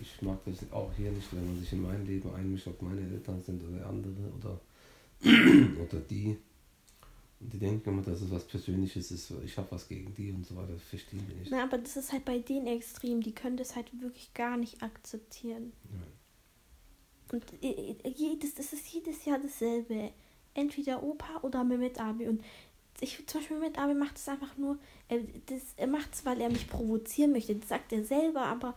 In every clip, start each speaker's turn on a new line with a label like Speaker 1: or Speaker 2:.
Speaker 1: ich mag das auch hier nicht, wenn man sich in mein Leben einmischt, ob meine Eltern sind oder andere oder die. Und die denken immer, dass es was Persönliches ist, ich habe was gegen die und so weiter, das verstehen die nicht.
Speaker 2: Na, aber das ist halt bei denen extrem, die können das halt wirklich gar nicht akzeptieren.
Speaker 1: Ja.
Speaker 2: Und das ist jedes Jahr dasselbe. Entweder Opa oder Mehmet Abi. Und zum Beispiel Mehmet Abi macht es einfach nur, er macht es, weil er mich provozieren möchte. Das sagt er selber, aber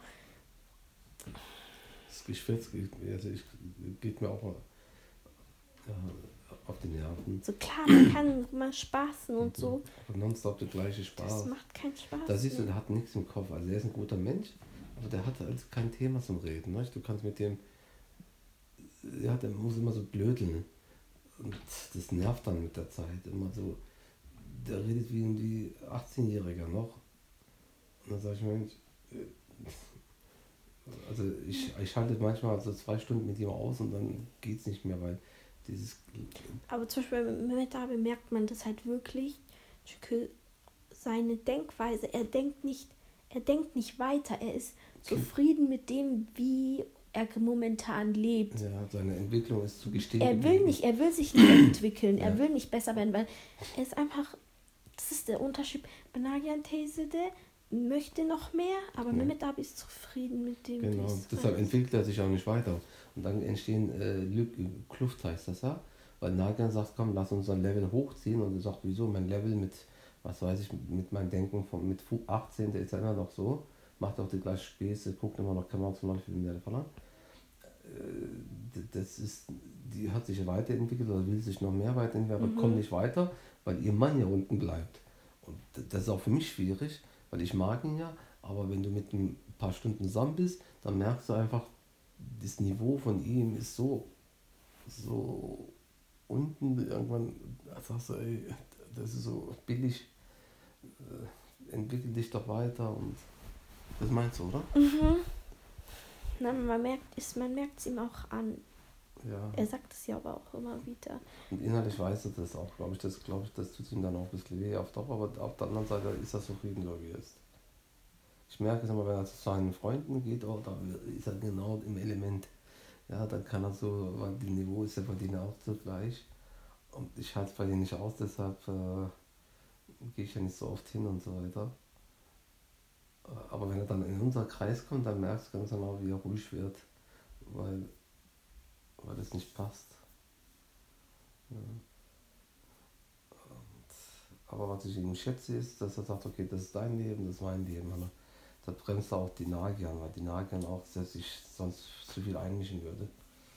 Speaker 1: Das Geschwätz geht mir auch mal auf die Nerven.
Speaker 2: so klar, man kann mal spaßen und so.
Speaker 1: Aber nonstop der gleiche Spaß.
Speaker 2: Das macht keinen Spaß.
Speaker 1: Da siehst du, der hat nichts im Kopf. Also er ist ein guter Mensch, aber der hat also kein Thema zum Reden. Ne? Du kannst mit dem, ja, der muss immer so blödeln. Und das nervt dann mit der Zeit. Immer so, der redet wie ein 18-Jähriger noch. Und dann sag ich, Mensch, also ich halte manchmal so 2 Stunden mit ihm aus und dann geht's nicht mehr, weil dieses...
Speaker 2: Aber zum Beispiel bei Mehmet Abi merkt man das halt wirklich. Çünkü seine Denkweise, er denkt nicht weiter. Er ist zufrieden mit dem, wie er momentan lebt.
Speaker 1: Ja, seine Entwicklung ist zu gestehen.
Speaker 2: Er will sich nicht entwickeln, er
Speaker 1: Ja.
Speaker 2: will nicht besser werden, weil er ist einfach, das ist der Unterschied. Benagian Teyze möchte noch mehr, aber Mehmet Abi ist zufrieden mit dem.
Speaker 1: Genau, deshalb entwickelt er sich auch nicht weiter. Und dann entstehen Kluft, heißt das ja. Weil Nagian sagt, komm, lass uns ein Level hochziehen. Und er sagt, wieso, mein Level mit, was weiß ich, mit meinem Denken mit 18, der ist ja immer noch so, macht auch die gleichen Späße, guckt immer noch Kamera zum Beispiel in der Falle. Das ist, die hat sich weiterentwickelt oder will sich noch mehr weiterentwickeln, aber kommt nicht weiter, weil ihr Mann ja unten bleibt. Und das ist auch für mich schwierig, weil ich mag ihn ja, aber wenn du mit ein paar Stunden zusammen bist, dann merkst du einfach, das Niveau von ihm ist so unten, irgendwann sagst du, ey, das ist so billig, entwickel dich doch weiter und das meinst du, oder?
Speaker 2: Mhm. Na, man merkt es ihm auch an.
Speaker 1: Ja.
Speaker 2: Er sagt es ja aber auch immer wieder.
Speaker 1: Und innerlich weiß er das auch, glaube ich. Das tut ihm dann auch ein bisschen weh auf Dauer, aber auf der anderen Seite ist er zufrieden, so wie er ist. Ich merke es immer, wenn er zu seinen Freunden geht, oh, da ist er genau im Element. Ja, dann kann er so, weil das Niveau ist ja bei denen auch so gleich. Und ich halte es bei denen nicht aus, deshalb gehe ich ja nicht so oft hin und so weiter. Aber wenn er dann in unseren Kreis kommt, dann merkst du ganz genau, wie er ruhig wird, weil es nicht passt. Ja. Aber was ich ihm schätze, ist, dass er sagt, okay, das ist dein Leben, das ist mein Leben. Da bremst er auch die Nagian, weil die Nagian auch sich sonst zu viel einmischen würde.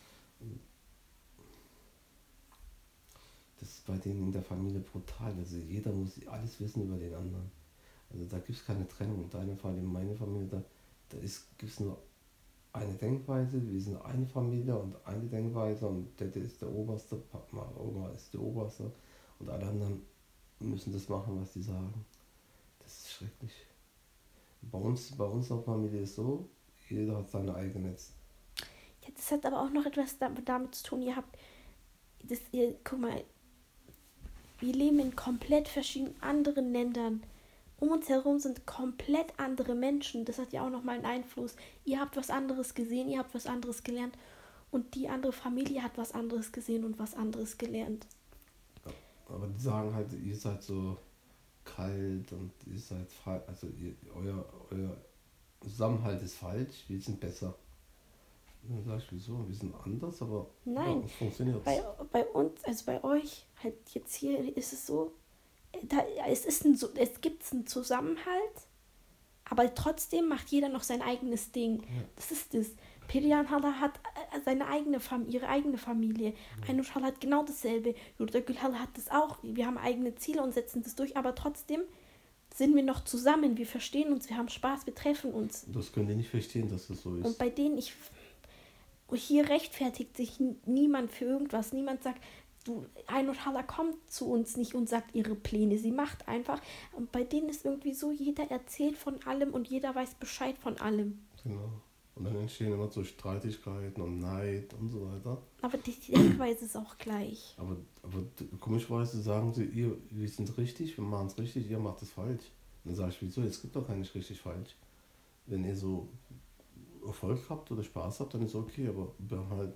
Speaker 1: Das ist bei denen in der Familie brutal. Also jeder muss alles wissen über den anderen. Also da gibt es keine Trennung. In deinem Fall, in meiner Familie, da gibt es nur eine Denkweise, wir sind eine Familie und eine Denkweise und der ist der Oberste, Oma ist der Oberste und alle anderen müssen das machen, was die sagen. Das ist schrecklich. Bei uns in der Familie ist so, jeder hat seine eigene Netz.
Speaker 2: Ja, das hat aber auch noch etwas damit zu tun, guck mal, wir leben in komplett verschiedenen anderen Ländern. Um uns herum sind komplett andere Menschen. Das hat ja auch nochmal einen Einfluss. Ihr habt was anderes gesehen, ihr habt was anderes gelernt. Und die andere Familie hat was anderes gesehen und was anderes gelernt.
Speaker 1: Ja, aber die sagen halt, ihr seid so kalt und ihr seid falsch. Also euer Zusammenhalt ist falsch, wir sind besser. Dann sag ich, wieso? Wir sind anders, aber
Speaker 2: nein,
Speaker 1: es funktioniert.
Speaker 2: Bei uns, also bei euch, halt jetzt hier ist es so, es gibt einen Zusammenhalt, aber trotzdem macht jeder noch sein eigenes Ding. Ja. Das ist das. Perihan Hala hat ihre eigene Familie. Aynush Hala hat genau dasselbe. Yurdagül Hala hat das auch. Wir haben eigene Ziele und setzen das durch, aber trotzdem sind wir noch zusammen. Wir verstehen uns, wir haben Spaß, wir treffen uns.
Speaker 1: Das können die nicht verstehen, dass das so ist.
Speaker 2: Und bei denen, hier rechtfertigt sich niemand für irgendwas. Niemand sagt, Aynush Hala kommt zu uns nicht und sagt ihre Pläne. Sie macht einfach. Und bei denen ist irgendwie so, jeder erzählt von allem und jeder weiß Bescheid von allem.
Speaker 1: Genau. Und dann entstehen immer so Streitigkeiten und Neid und so weiter.
Speaker 2: Aber die Denkweise ist auch gleich.
Speaker 1: Aber komischerweise sagen sie, wir sind richtig, wir machen es richtig, ihr macht es falsch. Und dann sage ich, wieso? Es gibt doch gar nicht richtig falsch. Wenn ihr so Erfolg habt oder Spaß habt, dann ist okay, aber wir haben halt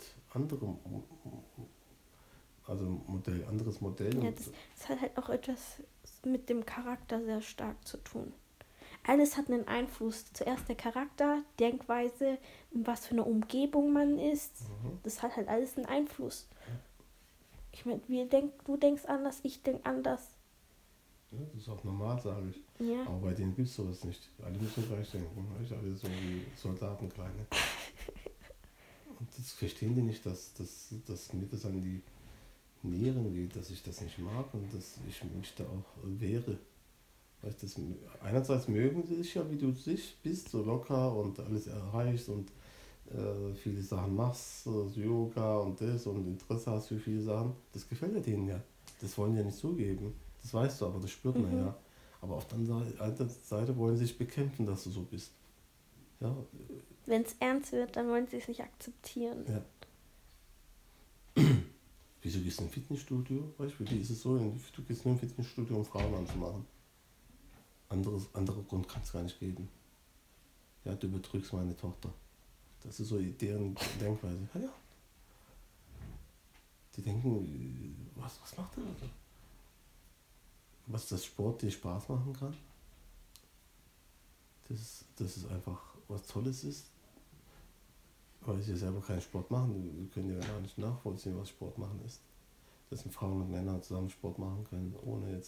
Speaker 1: anderes Modell.
Speaker 2: Ja,
Speaker 1: Und
Speaker 2: das hat halt auch etwas mit dem Charakter sehr stark zu tun. Alles hat einen Einfluss. Zuerst der Charakter, Denkweise, in was für eine Umgebung man ist. Das hat halt alles einen Einfluss. Ich meine, du denkst anders, ich denke anders.
Speaker 1: ja, das ist auch normal, sage ich.
Speaker 2: Ja.
Speaker 1: Aber bei denen gibt es sowas nicht. Alle müssen gleich denken. Nicht? Alle so wie Soldaten kleine. Und das verstehen die nicht, dass mir das an die Nieren geht, dass ich das nicht mag und dass ich mich da auch wehre. Weißt, einerseits mögen sie dich ja, wie du bist, so locker und alles erreichst und viele Sachen machst, so Yoga und das und Interesse hast für viele Sachen. Das gefällt ja denen ja. Das wollen die ja nicht zugeben. Das weißt du, aber das spürt man ja. Aber auf der anderen Seite wollen sie sich bekämpfen, dass du so bist. Ja.
Speaker 2: Wenn es ernst wird, dann wollen sie es nicht akzeptieren.
Speaker 1: Ja. Wieso gehst du in ein Fitnessstudio? Weißt du, wie ist es so? Du gehst nur in ein Fitnessstudio, um Frauen anzumachen. Andere Grund kann es gar nicht geben. Ja, du betrügst meine Tochter. Das ist so deren Denkweise. Ja. Die denken, was macht er? Was das Sport dir Spaß machen kann? Das ist einfach was Tolles ist. Weil sie selber keinen Sport machen, wir können ja gar nicht nachvollziehen, was Sport machen ist. Dass Frauen und Männer zusammen Sport machen können, ohne jetzt.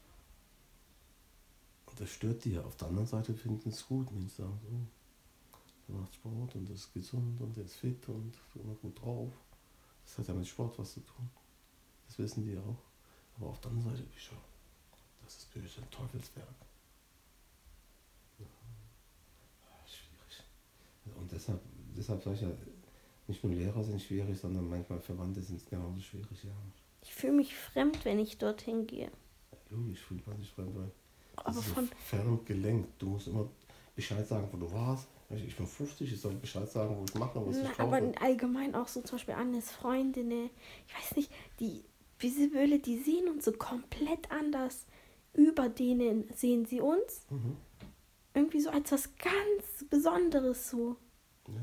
Speaker 1: Und das stört die ja. Auf der anderen Seite finden sie es gut, wenn ich sage, so, der macht Sport und ist gesund und der ist fit und immer gut drauf. Das hat ja mit Sport was zu tun. Das wissen die auch. Aber auf der anderen Seite, das ist böse, ein Teufelswerk. Ja. Schwierig. Und deshalb sage ich ja, nicht nur Lehrer sind schwierig, sondern manchmal Verwandte sind es genauso schwierig. Ja.
Speaker 2: Ich fühle mich fremd, wenn ich dorthin gehe.
Speaker 1: Ja, logisch fühlt man sich fremd, weil
Speaker 2: Aber
Speaker 1: das ist so fern gelenkt. Du musst immer Bescheid sagen, wo du warst. Ich bin 50, ich soll Bescheid sagen, wo ich mache, was ich kaufe.
Speaker 2: Aber allgemein auch so zum Beispiel Annes Freundinnen, ich weiß nicht, die Visible, die sehen uns so komplett anders. Über denen sehen sie uns. Irgendwie so als was ganz Besonderes so.
Speaker 1: Ja.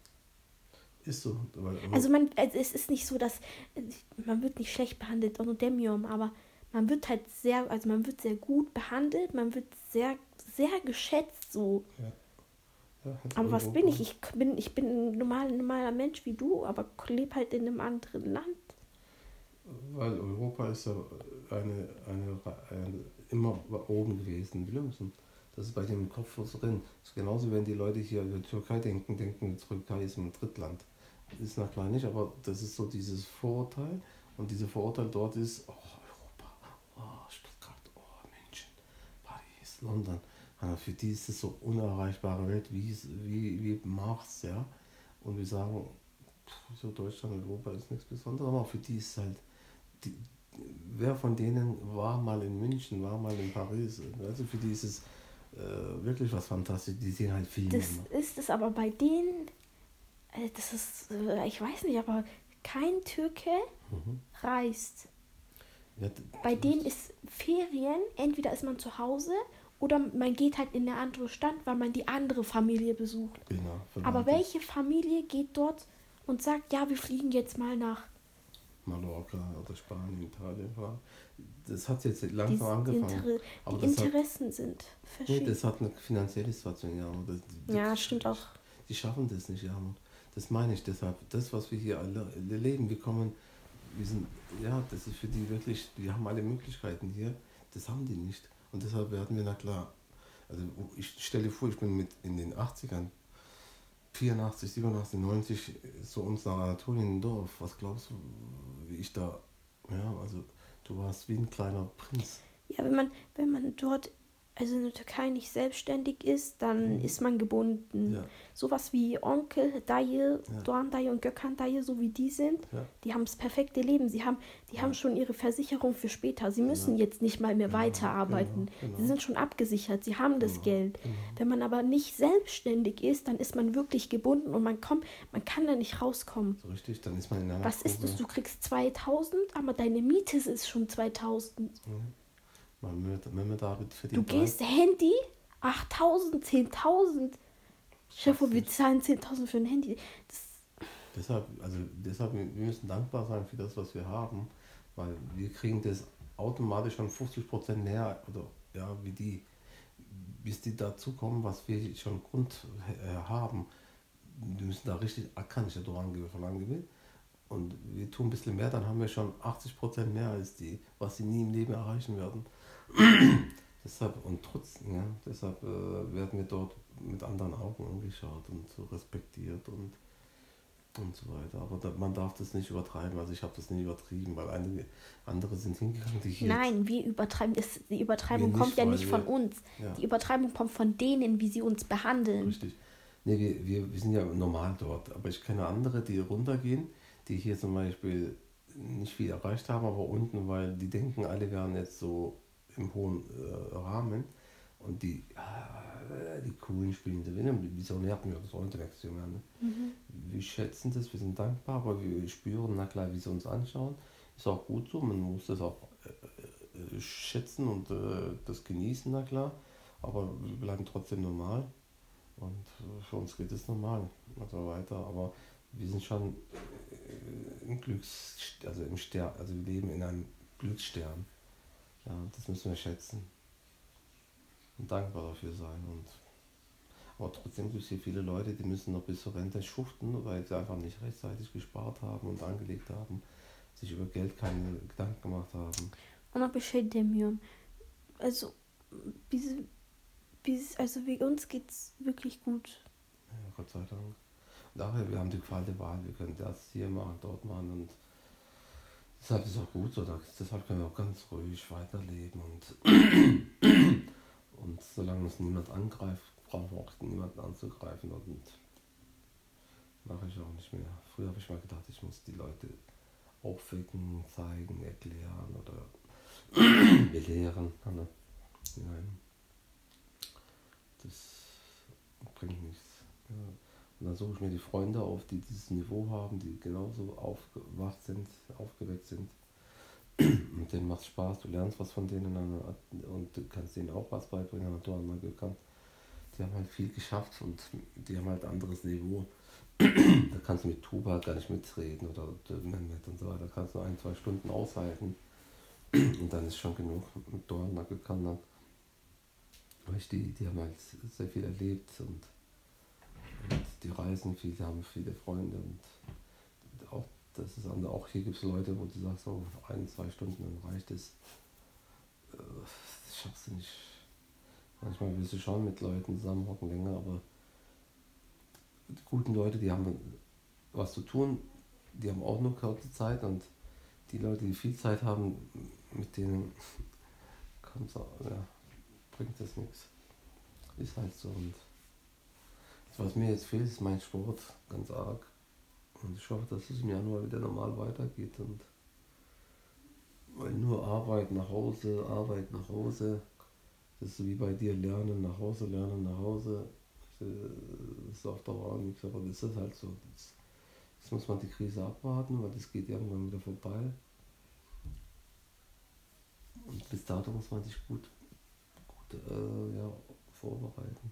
Speaker 1: Ist so.
Speaker 2: Also es ist nicht so, dass man wird nicht schlecht behandelt, auch nur Demium, aber man wird halt sehr gut behandelt, man wird sehr, sehr geschätzt so.
Speaker 1: Ja. Ja,
Speaker 2: aber was bin ich? Ich bin ein normaler Mensch wie du, aber lebe halt in einem anderen Land.
Speaker 1: Weil Europa ist ja eine immer oben gewesen, Blümsen. Das ist bei dem Kopf drin. Das ist genauso, wenn die Leute hier über die Türkei denken, die Türkei ist ein Drittland. Ist na klar nicht, aber das ist so dieses Vorurteil. Und dieses Vorurteil dort ist, Europa, Stuttgart, München, Paris, London. Für die ist es so unerreichbare Welt wie Mars, ja. Und wir sagen, so Deutschland und Europa ist nichts Besonderes, aber für die ist halt, wer von denen war mal in München, war mal in Paris? Also für die ist es wirklich was Fantastisches, die sehen halt viel.
Speaker 2: Das ist es aber bei denen, das ist, ich weiß nicht, aber kein Türke reist. Ja, bei denen ist Ferien, entweder ist man zu Hause oder man geht halt in eine andere Stadt, weil man die andere Familie besucht.
Speaker 1: Genau,
Speaker 2: aber welche Familie geht dort und sagt, ja, wir fliegen jetzt mal nach
Speaker 1: Mallorca oder Spanien, Italien? Das hat jetzt langsam angefangen.
Speaker 2: Die Interessen sind verschieden.
Speaker 1: Nee, das hat eine finanzielle Situation, ja.
Speaker 2: Ja, stimmt auch.
Speaker 1: Die schaffen das nicht, ja. Das meine ich deshalb. Das, was wir hier alle leben, das ist für die wirklich, die haben alle Möglichkeiten hier, das haben die nicht. Und deshalb werden wir, na klar, also ich stelle vor, ich bin in den 80ern, 84, 87, 90, so uns nach Anatolien ein Dorf. Was glaubst du, wie ich da, ja, also du warst wie ein kleiner Prinz.
Speaker 2: Ja, wenn man dort, also in der Türkei nicht selbstständig ist, dann ist man gebunden. Ja. Sowas wie Onkel, Dayı, Doğan Dayı und Gökhan Dayı, so wie die sind, die haben das perfekte Leben. Die haben schon ihre Versicherung für später. Sie müssen jetzt nicht mal mehr weiterarbeiten. Genau. Sie sind schon abgesichert, sie haben das Geld. Genau. Wenn man aber nicht selbstständig ist, dann ist man wirklich gebunden und man kann da nicht rauskommen.
Speaker 1: So richtig, dann ist man in einer
Speaker 2: Was ist das? Du kriegst 2000, aber deine Miete ist schon 2000.
Speaker 1: Mehmet abi für die
Speaker 2: Du gehst Handy 8000, 10.000. Chef, wir zahlen 10.000 für ein Handy.
Speaker 1: Deshalb, wir müssen dankbar sein für das, was wir haben, weil wir kriegen das automatisch schon 50% mehr, oder ja, wie die, bis die dazu kommen, was wir schon Grund haben. Wir müssen da richtig, kann ich ja verlangen. Und wir tun ein bisschen mehr, dann haben wir schon 80% mehr als die, was sie nie im Leben erreichen werden. Deshalb, und trotzdem, deshalb werden wir dort mit anderen Augen angeschaut und so respektiert und so weiter. Aber man darf das nicht übertreiben. Also ich habe das nicht übertrieben, weil einige andere sind hingegangen, die hier...
Speaker 2: Nein, wir übertreiben. Die Übertreibung kommt ja nicht von uns. Ja. Die Übertreibung kommt von denen, wie sie uns behandeln.
Speaker 1: Richtig. Nee, wir sind ja normal dort. Aber ich kenne andere, die runtergehen, die hier zum Beispiel nicht viel erreicht haben, aber unten, weil die denken, alle wären jetzt so im hohen Rahmen. Und die Coolen spielen gewinnen. Wieso nerven wir das Unterwechsel? Ne? Wir schätzen das, wir sind dankbar, aber wir spüren, na klar, wie sie uns anschauen. Ist auch gut so, man muss das auch schätzen und das genießen, na klar. Aber wir bleiben trotzdem normal. Und für uns geht es normal und so weiter. Aber wir sind schon im im Stern, also wir leben in einem Glücksstern. Ja, das müssen wir schätzen und dankbar dafür sein. Aber trotzdem gibt es hier viele Leute, die müssen noch bis zur Rente schuften, weil sie einfach nicht rechtzeitig gespart haben und angelegt haben, sich über Geld keine Gedanken gemacht haben.
Speaker 2: Ona bir şey demiyorum. Also, wie uns geht's wirklich gut.
Speaker 1: Ja, Gott sei Dank. Daher, wir haben die Qual der Wahl, wir können das hier machen, dort machen und deshalb ist es auch gut so, deshalb können wir auch ganz ruhig weiterleben und solange uns niemand angreift, brauchen wir auch niemanden anzugreifen und mache ich auch nicht mehr. Früher habe ich mal gedacht, ich muss die Leute aufwecken, zeigen, erklären oder belehren. Nein, das bringt nichts. Ja. Und dann suche ich mir die Freunde auf, die dieses Niveau haben, die genauso aufgeweckt sind. Mit denen macht es Spaß, du lernst was von denen und du kannst denen auch was beibringen. Die haben halt viel geschafft und die haben halt ein anderes Niveau. Da kannst du mit Tuba gar nicht mitreden oder Mehmet und so weiter. Da kannst du 1-2 Stunden aushalten und dann ist schon genug mit Dornacke kann dann. Weil die haben halt sehr viel erlebt und die reisen viel, die haben viele Freunde und auch das ist auch hier gibt es Leute, wo du sagst, so 1-2 Stunden dann reicht es. Das schaffst du nicht. Manchmal willst du schon mit Leuten zusammenhocken länger, aber die guten Leute, die haben was zu tun, die haben auch nur kurze Zeit und die Leute, die viel Zeit haben, mit denen bringt das nichts. Ist halt so. Und was mir jetzt fehlt, ist mein Sport ganz arg. Und ich hoffe, dass es im Januar wieder normal weitergeht. Und weil nur Arbeit nach Hause. Das ist so wie bei dir, lernen nach Hause. Das ist auf Dauer auch nichts, aber das ist halt so. Jetzt muss man die Krise abwarten, weil das geht irgendwann wieder vorbei. Und bis dato muss man sich gut vorbereiten.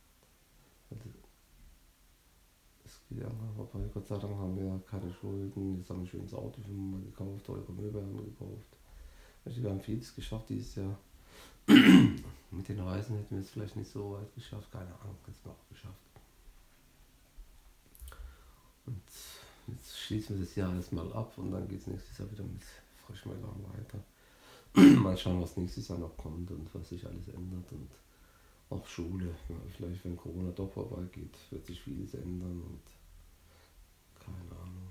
Speaker 1: Es geht irgendwann vorbei. Gott sei Dank haben wir ja keine Schulden. Jetzt haben wir ein schönes Auto für mal gekauft, teure Möbel haben wir gekauft. Wir haben vieles geschafft dieses Jahr. Mit den Reisen hätten wir es vielleicht nicht so weit geschafft. Keine Ahnung, das haben wir auch geschafft. Und jetzt schließen wir das Jahr erstmal ab und dann geht es nächstes Jahr wieder mit frischem Elan weiter. Mal schauen, was nächstes Jahr noch kommt und was sich alles ändert. Und auch Schule. Ja, vielleicht, wenn Corona doch vorbeigeht, wird sich vieles ändern und keine Ahnung.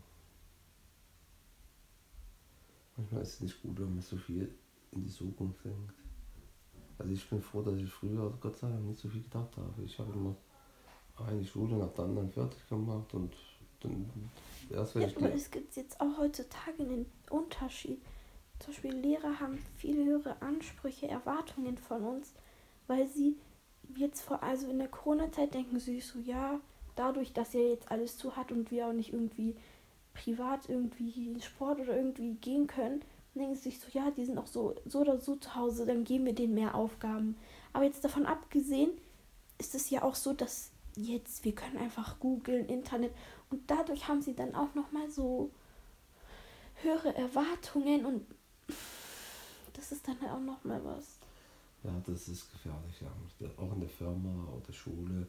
Speaker 1: Manchmal ist es nicht gut, wenn man so viel in die Zukunft denkt. Also ich bin froh, dass ich früher, Gott sei Dank, nicht so viel gedacht habe. Ich habe immer eine Schule nach der anderen fertig gemacht und dann erst wenn
Speaker 2: aber es gibt jetzt auch heutzutage einen Unterschied. Zum Beispiel Lehrer haben viel höhere Ansprüche, Erwartungen von uns, weil sie jetzt also in der Corona-Zeit denken sie so, ja, dadurch, dass er jetzt alles zu hat und wir auch nicht irgendwie privat irgendwie Sport oder irgendwie gehen können, denken sie sich so, ja, die sind auch so oder so zu Hause, dann geben wir denen mehr Aufgaben. Aber jetzt davon abgesehen, ist es ja auch so, dass jetzt, wir können einfach googeln, Internet. Und dadurch haben sie dann auch nochmal so höhere Erwartungen und das ist dann halt auch nochmal was.
Speaker 1: Ja, das ist gefährlich, ja. Auch in der Firma oder Schule.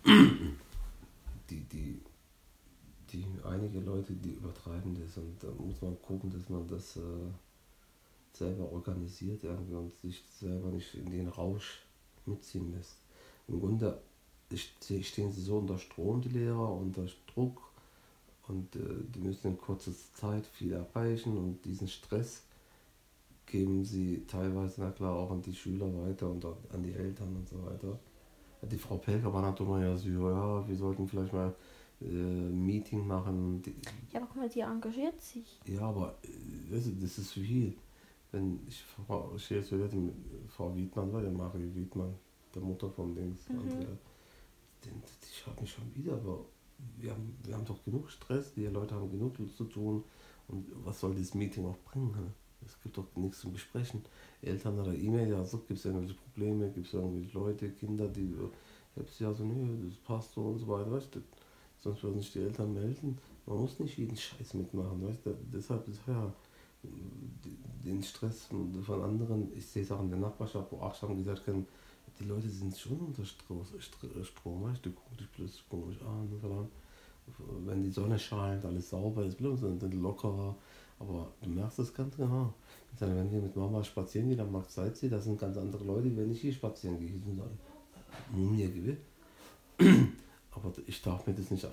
Speaker 1: Die einige Leute, die übertreiben das und da muss man gucken, dass man das selber organisiert irgendwie und sich selber nicht in den Rausch mitziehen lässt. Im Grunde stehen sie so unter Strom, die Lehrer, unter Druck und die müssen in kurzer Zeit viel erreichen und diesen Stress geben sie teilweise, na klar, auch an die Schüler weiter und an die Eltern und so weiter. Ja, die Frau Pelker hat immer ja so, ja, wir sollten vielleicht mal ein Meeting machen.
Speaker 2: Ja, aber guck mal, die engagiert sich.
Speaker 1: Ja, aber das ist viel. Wenn ich Frau Wiedmann war, ja Marie Wiedmann, der Mutter von Dings, Andrea, die schaut mich schon wieder, aber wir haben doch genug Stress, die Leute haben genug zu tun und was soll dieses Meeting auch bringen? Ne? Es gibt doch nichts zum Besprechen. Eltern oder E-Mail, ja, so gibt es irgendwelche Probleme, gibt es irgendwelche Leute, Kinder, die selbst ja so, nee, das passt so und so weiter, weißt du? Sonst würden sich die Eltern melden. Man muss nicht jeden Scheiß mitmachen, weißt du? Deshalb ist ja den Stress von anderen, ich sehe es auch in der Nachbarschaft, wo auch schon gesagt haben, die Leute sind schon unter Strom, weißt du, guck dich plötzlich komisch an, wenn die Sonne scheint, alles sauber ist, sind lockerer, aber du merkst das ganz genau. Wenn wir mit Mama spazieren gehen, dann macht Salzsee, da sind ganz andere Leute, wenn ich hier spazieren gehe, sind alle Mumie gewinnt. Aber ich darf mir das nicht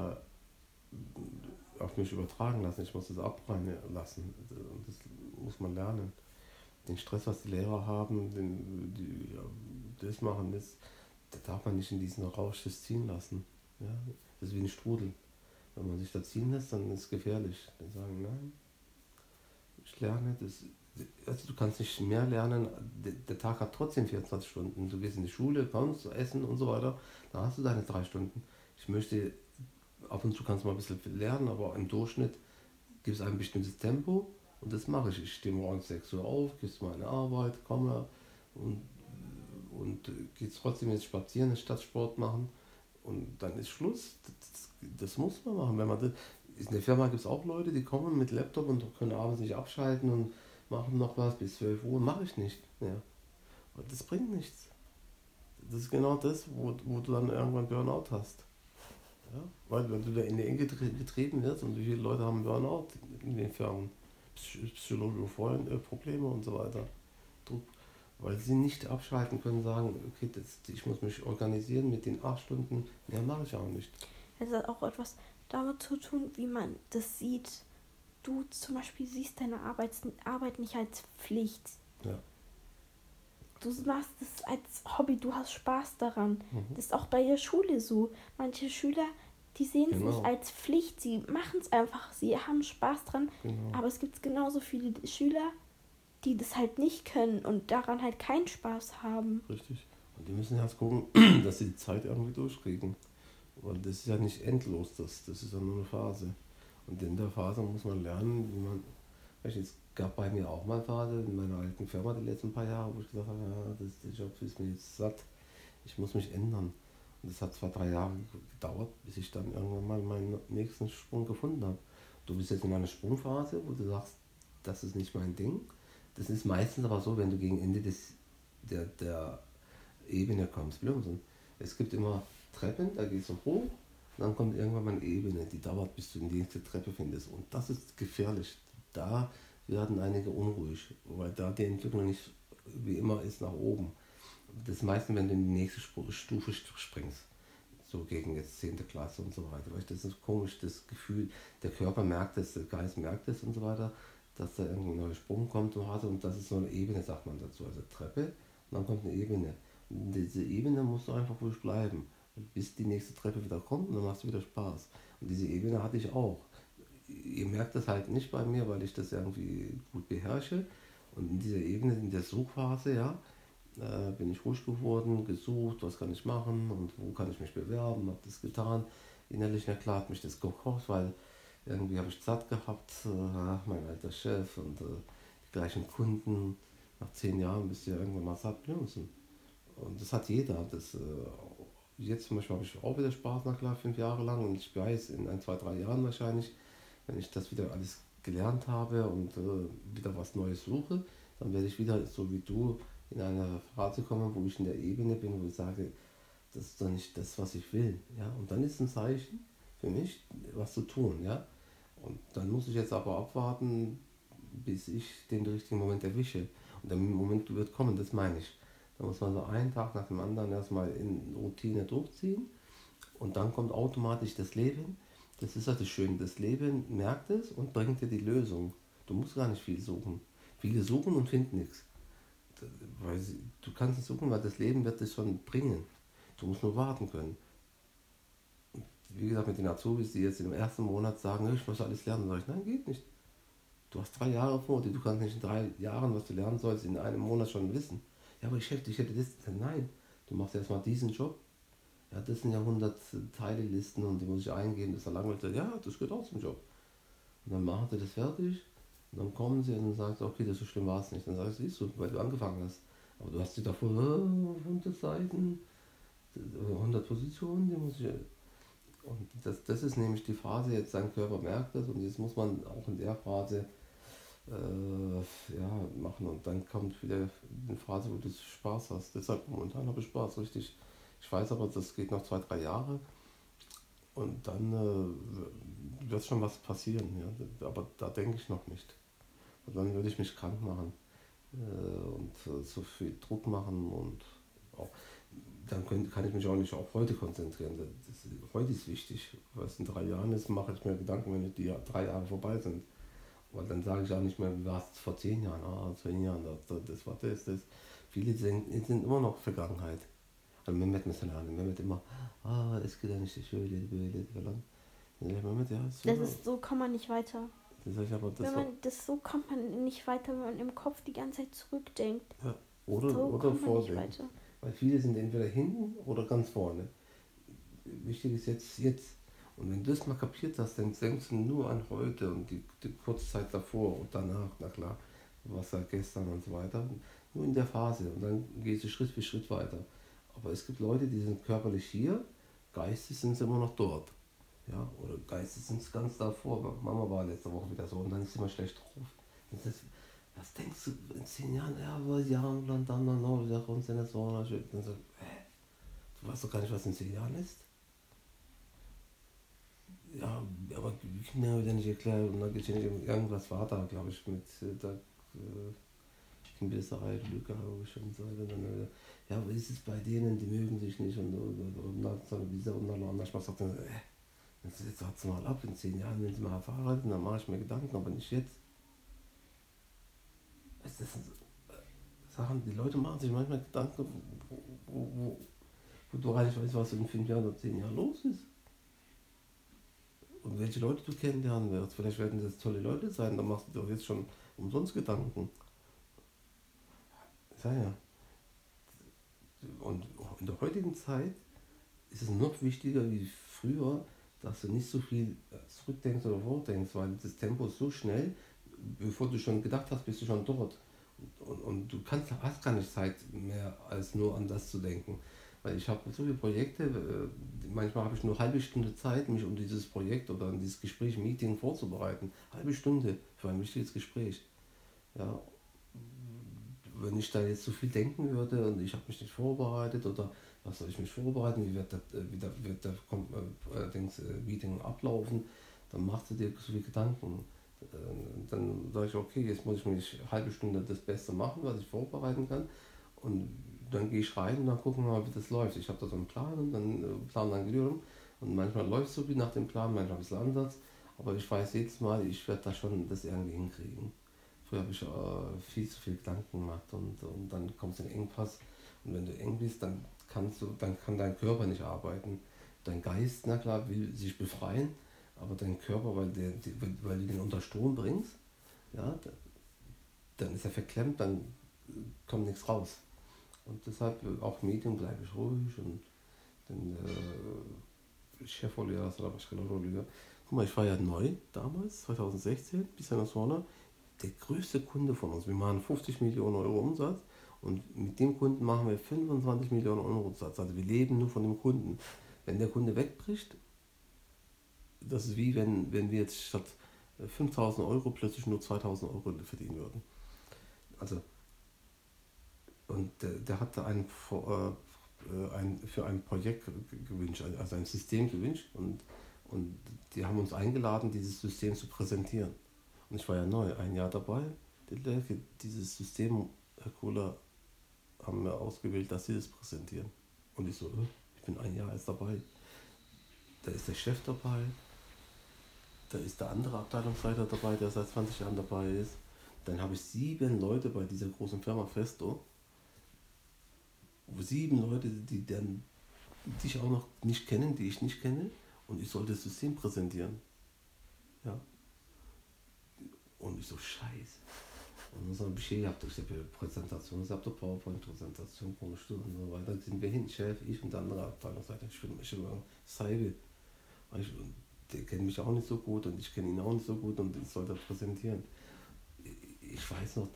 Speaker 1: auf mich übertragen lassen, ich muss das abrennen lassen. Das muss man lernen. Den Stress, was die Lehrer haben, das machen, das darf man nicht in diesen Rausch ziehen lassen. Ja? Das ist wie ein Strudel. Wenn man sich da ziehen lässt, dann ist es gefährlich. Dann sagen, nein, ich lerne das. Also du kannst nicht mehr lernen, der Tag hat trotzdem 24 Stunden. Du gehst in die Schule, kommst, essen und so weiter, da hast du deine 3 Stunden. Ich möchte, ab und zu kannst du mal ein bisschen lernen, aber im Durchschnitt gibt es ein bestimmtes Tempo und das mache ich. Ich stehe morgens 6 Uhr auf, gehe zu meiner Arbeit, komme und gehe trotzdem jetzt spazieren, statt Sport machen und dann ist Schluss. Das muss man machen. Wenn man das, in der Firma gibt es auch Leute, die kommen mit Laptop und können abends nicht abschalten und machen noch was bis 12 Uhr. Mache ich nicht. Ja. Und das bringt nichts. Das ist genau das, wo du dann irgendwann Burnout hast. Ja? Weil wenn du da in die Enge getrieben wirst und wie viele Leute haben Burnout in den Firmen, psychologische Probleme und so weiter. Druck, weil sie nicht abschalten können, sagen, okay, ich muss mich organisieren mit den 8 Stunden, mehr mache ich auch nicht.
Speaker 2: Es hat auch etwas damit zu tun, wie man das sieht. Du zum Beispiel siehst deine Arbeit nicht als Pflicht.
Speaker 1: Ja.
Speaker 2: Du machst es als Hobby, du hast Spaß daran. Das ist auch bei der Schule so. Manche Schüler, die sehen es nicht als Pflicht, sie machen es einfach, sie haben Spaß dran.
Speaker 1: Genau.
Speaker 2: Aber es gibt genauso viele Schüler, die das halt nicht können und daran halt keinen Spaß haben.
Speaker 1: Richtig. Und die müssen erst gucken, dass sie die Zeit irgendwie durchkriegen. Weil das ist ja nicht endlos, das ist ja nur eine Phase. Und in der Phase muss man lernen, wie man. Es gab bei mir auch mal eine Phase in meiner alten Firma die letzten paar Jahre, wo ich gesagt habe, ja, der Job ist mir jetzt satt, ich muss mich ändern. Und das hat 2-3 Jahre gedauert, bis ich dann irgendwann mal meinen nächsten Sprung gefunden habe. Du bist jetzt in einer Sprungphase, wo du sagst, das ist nicht mein Ding. Das ist meistens aber so, wenn du gegen Ende der Ebene kommst. Es gibt immer Treppen, da gehst du hoch, und dann kommt irgendwann mal eine Ebene, die dauert, bis du die nächste Treppe findest. Und das ist gefährlich. Da werden einige unruhig, weil da die Entwicklung nicht wie immer ist nach oben. Das meiste, wenn du in die nächste Stufe springst, so gegen jetzt 10. Klasse und so weiter. Weil das ist komisch, das Gefühl, der Körper merkt es, der Geist merkt es und so weiter, dass da irgendwie ein neuer Sprung kommt und das ist so eine Ebene, sagt man dazu, also Treppe, und dann kommt eine Ebene. Und diese Ebene musst du einfach ruhig bleiben, bis die nächste Treppe wieder kommt und dann machst du wieder Spaß. Und diese Ebene hatte ich auch. Ihr merkt das halt nicht bei mir, weil ich das irgendwie gut beherrsche. Und in dieser Ebene, in der Suchphase, ja, bin ich ruhig geworden, gesucht, was kann ich machen und wo kann ich mich bewerben, habe das getan. Innerlich, na klar, hat mich das gekocht, weil irgendwie habe ich satt gehabt, mein alter Chef und die gleichen Kunden. Nach 10 Jahren bist du ja irgendwann mal satt müssen. Und das hat jeder. jetzt zum Beispiel habe ich auch wieder Spaß, na klar, 5 Jahre lang. Und ich weiß, in 1, 2, 3 Jahren wahrscheinlich, wenn ich das wieder alles gelernt habe und wieder was Neues suche, dann werde ich wieder, so wie du, in eine Phase kommen, wo ich in der Ebene bin, wo ich sage, das ist doch nicht das, was ich will. Ja? Und dann ist ein Zeichen für mich, was zu tun. Ja? Und dann muss ich jetzt aber abwarten, bis ich den richtigen Moment erwische. Und der Moment wird kommen, das meine ich. Da muss man so einen Tag nach dem anderen erstmal in Routine durchziehen und dann kommt automatisch das Leben. Das ist halt das Schöne, das Leben merkt es und bringt dir die Lösung. Du musst gar nicht viel suchen. Viele suchen und finden nichts. Du kannst nicht suchen, weil das Leben wird es schon bringen. Du musst nur warten können. Wie gesagt, mit den Azubis, die jetzt im ersten Monat sagen, ich muss alles lernen, sage ich, nein, geht nicht. Du hast 3 Jahre vor dir, du kannst nicht in 3 Jahren, was du lernen sollst, in einem Monat schon wissen. Ja, aber ich hätte das. Nein, du machst erstmal diesen Job. Ja, das sind ja 100 Teilelisten und die muss ich eingeben, das ist ja langweilig. Ja, das gehört auch zum Job. Und dann machen sie das fertig und dann kommen sie und dann sagen sie, okay, das so schlimm war es nicht. Dann sage ich, siehst du, weil du angefangen hast. Aber du hast dir davor 100 Seiten, 100 Positionen, die muss ich. Und das ist nämlich die Phase, jetzt sein Körper merkt das und jetzt muss man auch in der Phase machen und dann kommt wieder eine Phase, wo du Spaß hast. Deshalb momentan habe ich Spaß, richtig. Ich weiß aber, das geht noch 2, 3 Jahre und dann wird schon was passieren. Ja? Aber da denke ich noch nicht. Und dann würde ich mich krank machen und so viel Druck machen und auch, dann kann ich mich auch nicht auf heute konzentrieren. Heute ist wichtig. Was in 3 Jahren ist, mache ich mir Gedanken, wenn die 3 Jahre vorbei sind. Weil dann sage ich auch nicht mehr, wie war es vor 10 Jahren, 10 Jahren, das war das. Viele sind immer noch Vergangenheit. Also Mehmet mesela, Mehmet immer, eskiden işte şöyleydi böyleydi falan. Ja, Mehmet, ja,
Speaker 2: das ist so kommt man nicht weiter. So kommt man nicht weiter, wenn man im Kopf die ganze Zeit zurückdenkt.
Speaker 1: Ja, oder vordenkt. Weil viele sind entweder hinten oder ganz vorne. Wichtig ist jetzt. Und wenn du das mal kapiert hast, dann denkst du nur an heute und die Kurzzeit davor und danach, na klar, was war gestern und so weiter. Nur in der Phase und dann gehst du Schritt für Schritt weiter. Aber es gibt Leute, die sind körperlich hier, geistig sind sie immer noch dort. Ja, oder geistig sind sie ganz davor. Mama war letzte Woche wieder so und dann ist sie immer schlecht drauf. Und was denkst du in 10 Jahren? Ja, aber jahrelang dann noch, wieder kommt in das Wohnhaus. Dann so, du weißt doch gar nicht, was in 10 Jahren ist. Ja, aber ich kann mir wieder nicht erklären, und dann geht irgendwas war da, glaube ich, mit der Kindeserei, Lücke, habe ich schon gesagt. Ja, aber ist es bei denen, die mögen sich nicht und manchmal sagt er, jetzt wart's mal ab, in 10 Jahren, wenn sie mal verheiratet, dann mache ich mir Gedanken, aber nicht jetzt. Das sind Sachen, die Leute machen sich manchmal Gedanken, wo du gar nicht weißt, was in 5 Jahren oder 10 Jahren los ist. Und welche Leute du kennenlernen wirst. Vielleicht werden das tolle Leute sein, da machst du doch jetzt schon umsonst Gedanken. Ja. Und in der heutigen Zeit ist es noch wichtiger wie früher, dass du nicht so viel zurückdenkst oder vordenkst, weil das Tempo ist so schnell, bevor du schon gedacht hast, bist du schon dort. Und du hast gar nicht Zeit mehr, als nur an das zu denken. Weil ich habe so viele Projekte, manchmal habe ich nur eine halbe Stunde Zeit, mich um dieses Projekt oder an dieses Gespräch, Meeting vorzubereiten. Halbe Stunde für ein wichtiges Gespräch. Ja, wenn ich da jetzt so viel denken würde und ich habe mich nicht vorbereitet oder was soll ich mich vorbereiten, wie wird das Meeting ablaufen, dann machst du dir so viele Gedanken. Dann sage ich, okay, jetzt muss ich mich eine halbe Stunde das Beste machen, was ich vorbereiten kann und dann gehe ich rein und dann gucken wir mal, wie das läuft. Ich habe da so einen Plan und dann Plan angelegt und manchmal läuft es so wie nach dem Plan, manchmal ein bisschen anders, aber ich weiß jedes Mal, ich werde da schon das irgendwie hinkriegen. Früher habe ich viel zu viel Gedanken gemacht und dann kommst du in den Engpass und wenn du eng bist, dann kann dein Körper nicht arbeiten. Dein Geist, na klar, will sich befreien, aber dein Körper, weil du den unter Strom bringst, ja, dann ist er verklemmt, dann kommt nichts raus. Und deshalb auch Medium bleibe ich ruhig und den Chefvolleyer, oder was ich guck mal, ich war ja neu damals, 2016, bis nach vorne, der größte Kunde von uns. Wir machen 50 Millionen Euro Umsatz Und mit dem Kunden machen wir 25 Millionen Euro Umsatz. Also wir leben nur von dem Kunden. Wenn der Kunde wegbricht, das ist wie wenn wir jetzt statt 5.000 Euro plötzlich nur 2.000 Euro verdienen würden. Also, und der hatte für ein Projekt gewünscht, also ein System gewünscht, und die haben uns eingeladen, dieses System zu präsentieren. Und ich war ja neu, ein Jahr dabei. Dieses System, Herr Kohler, haben wir ausgewählt, dass sie das präsentieren. Und ich so, ich bin ein Jahr erst dabei. Da ist der Chef dabei, da ist der andere Abteilungsleiter dabei, der seit 20 Jahren dabei ist. Dann habe ich 7 Leute bei dieser großen Firma Festo. 7 Leute, die ich auch noch nicht kennen, die ich nicht kenne. Und ich sollte das System präsentieren. Ja. Und ich so, scheiße. Und dann habe ich gehabt, ich habe Präsentation, ich habe eine PowerPoint-Präsentation pro Stunde und so weiter. Sind wir hin, Chef, ich und der andere Abteilungsleiter. Ich bin Seibe. Der kennt mich auch nicht so gut und ich kenne ihn auch nicht so gut und ich soll das präsentieren. Ich weiß noch,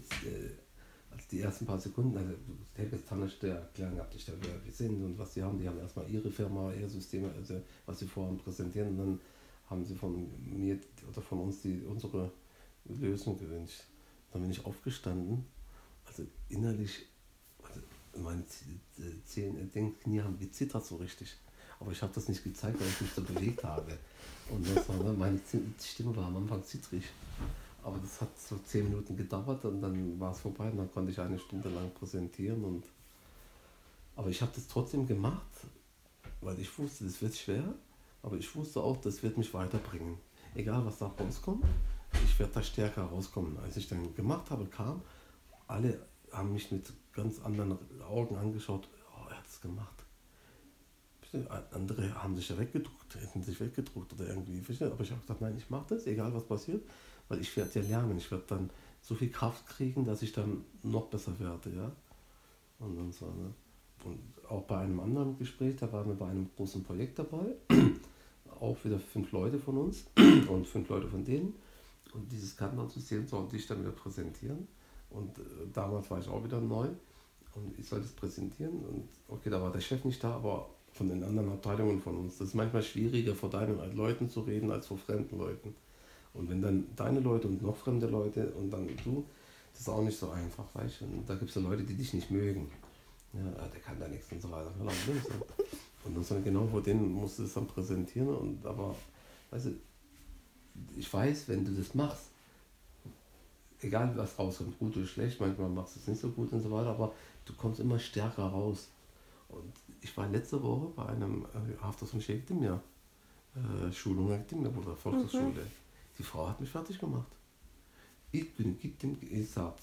Speaker 1: also die ersten paar Sekunden, also der Tannerste erklären gehabt, wer wir sind und was sie haben. Die haben erstmal ihre Firma, ihre Systeme, also was sie vorhaben, präsentieren, und dann haben sie von mir oder von uns unsere Lösung gewünscht. Dann bin ich aufgestanden, also innerlich, also meine Knie haben gezittert so richtig. Aber ich habe das nicht gezeigt, weil ich mich so bewegt habe. Und meine Stimme war am Anfang zittrig. Aber das hat so 10 Minuten gedauert und dann war es vorbei und dann konnte ich 1 Stunde lang präsentieren. Aber ich habe das trotzdem gemacht, weil ich wusste, das wird schwer, aber ich wusste auch, das wird mich weiterbringen. Egal, was da rauskommt, ich werde da stärker rauskommen. Als ich dann gemacht habe, alle haben mich mit ganz anderen Augen angeschaut. Oh, er hat es gemacht. Andere haben sich ja hätten sich weggedruckt oder irgendwie. Aber ich habe gesagt, nein, ich mache das, egal was passiert, weil ich werde ja lernen. Ich werde dann so viel Kraft kriegen, dass ich dann noch besser werde. Ja? Und dann so, ne? Und auch bei einem anderen Gespräch, da waren wir bei einem großen Projekt dabei, auch wieder 5 Leute von uns und 5 Leute von denen. Und dieses Kanban-System sollte ich dann wieder präsentieren. Und damals war ich auch wieder neu und ich sollte es präsentieren. Und okay, da war der Chef nicht da, aber von den anderen Abteilungen von uns. Das ist manchmal schwieriger, vor deinen Leuten zu reden, als vor fremden Leuten. Und wenn dann deine Leute und noch fremde Leute und dann du, das ist auch nicht so einfach, weißt du. Und da gibt es ja Leute, die dich nicht mögen. Ja, der kann da nichts und so weiter. Und dann so genau vor denen musst du es dann präsentieren. Aber, weißt du, ich weiß, wenn du das machst, egal was rauskommt, gut oder schlecht, manchmal machst du es nicht so gut und so weiter, aber du kommst immer stärker raus. Und ich war letzte Woche bei einem Hafters und Schädimir Schulung oder Volksschule. Die Frau hat mich fertig gemacht. Ich bin gesagt,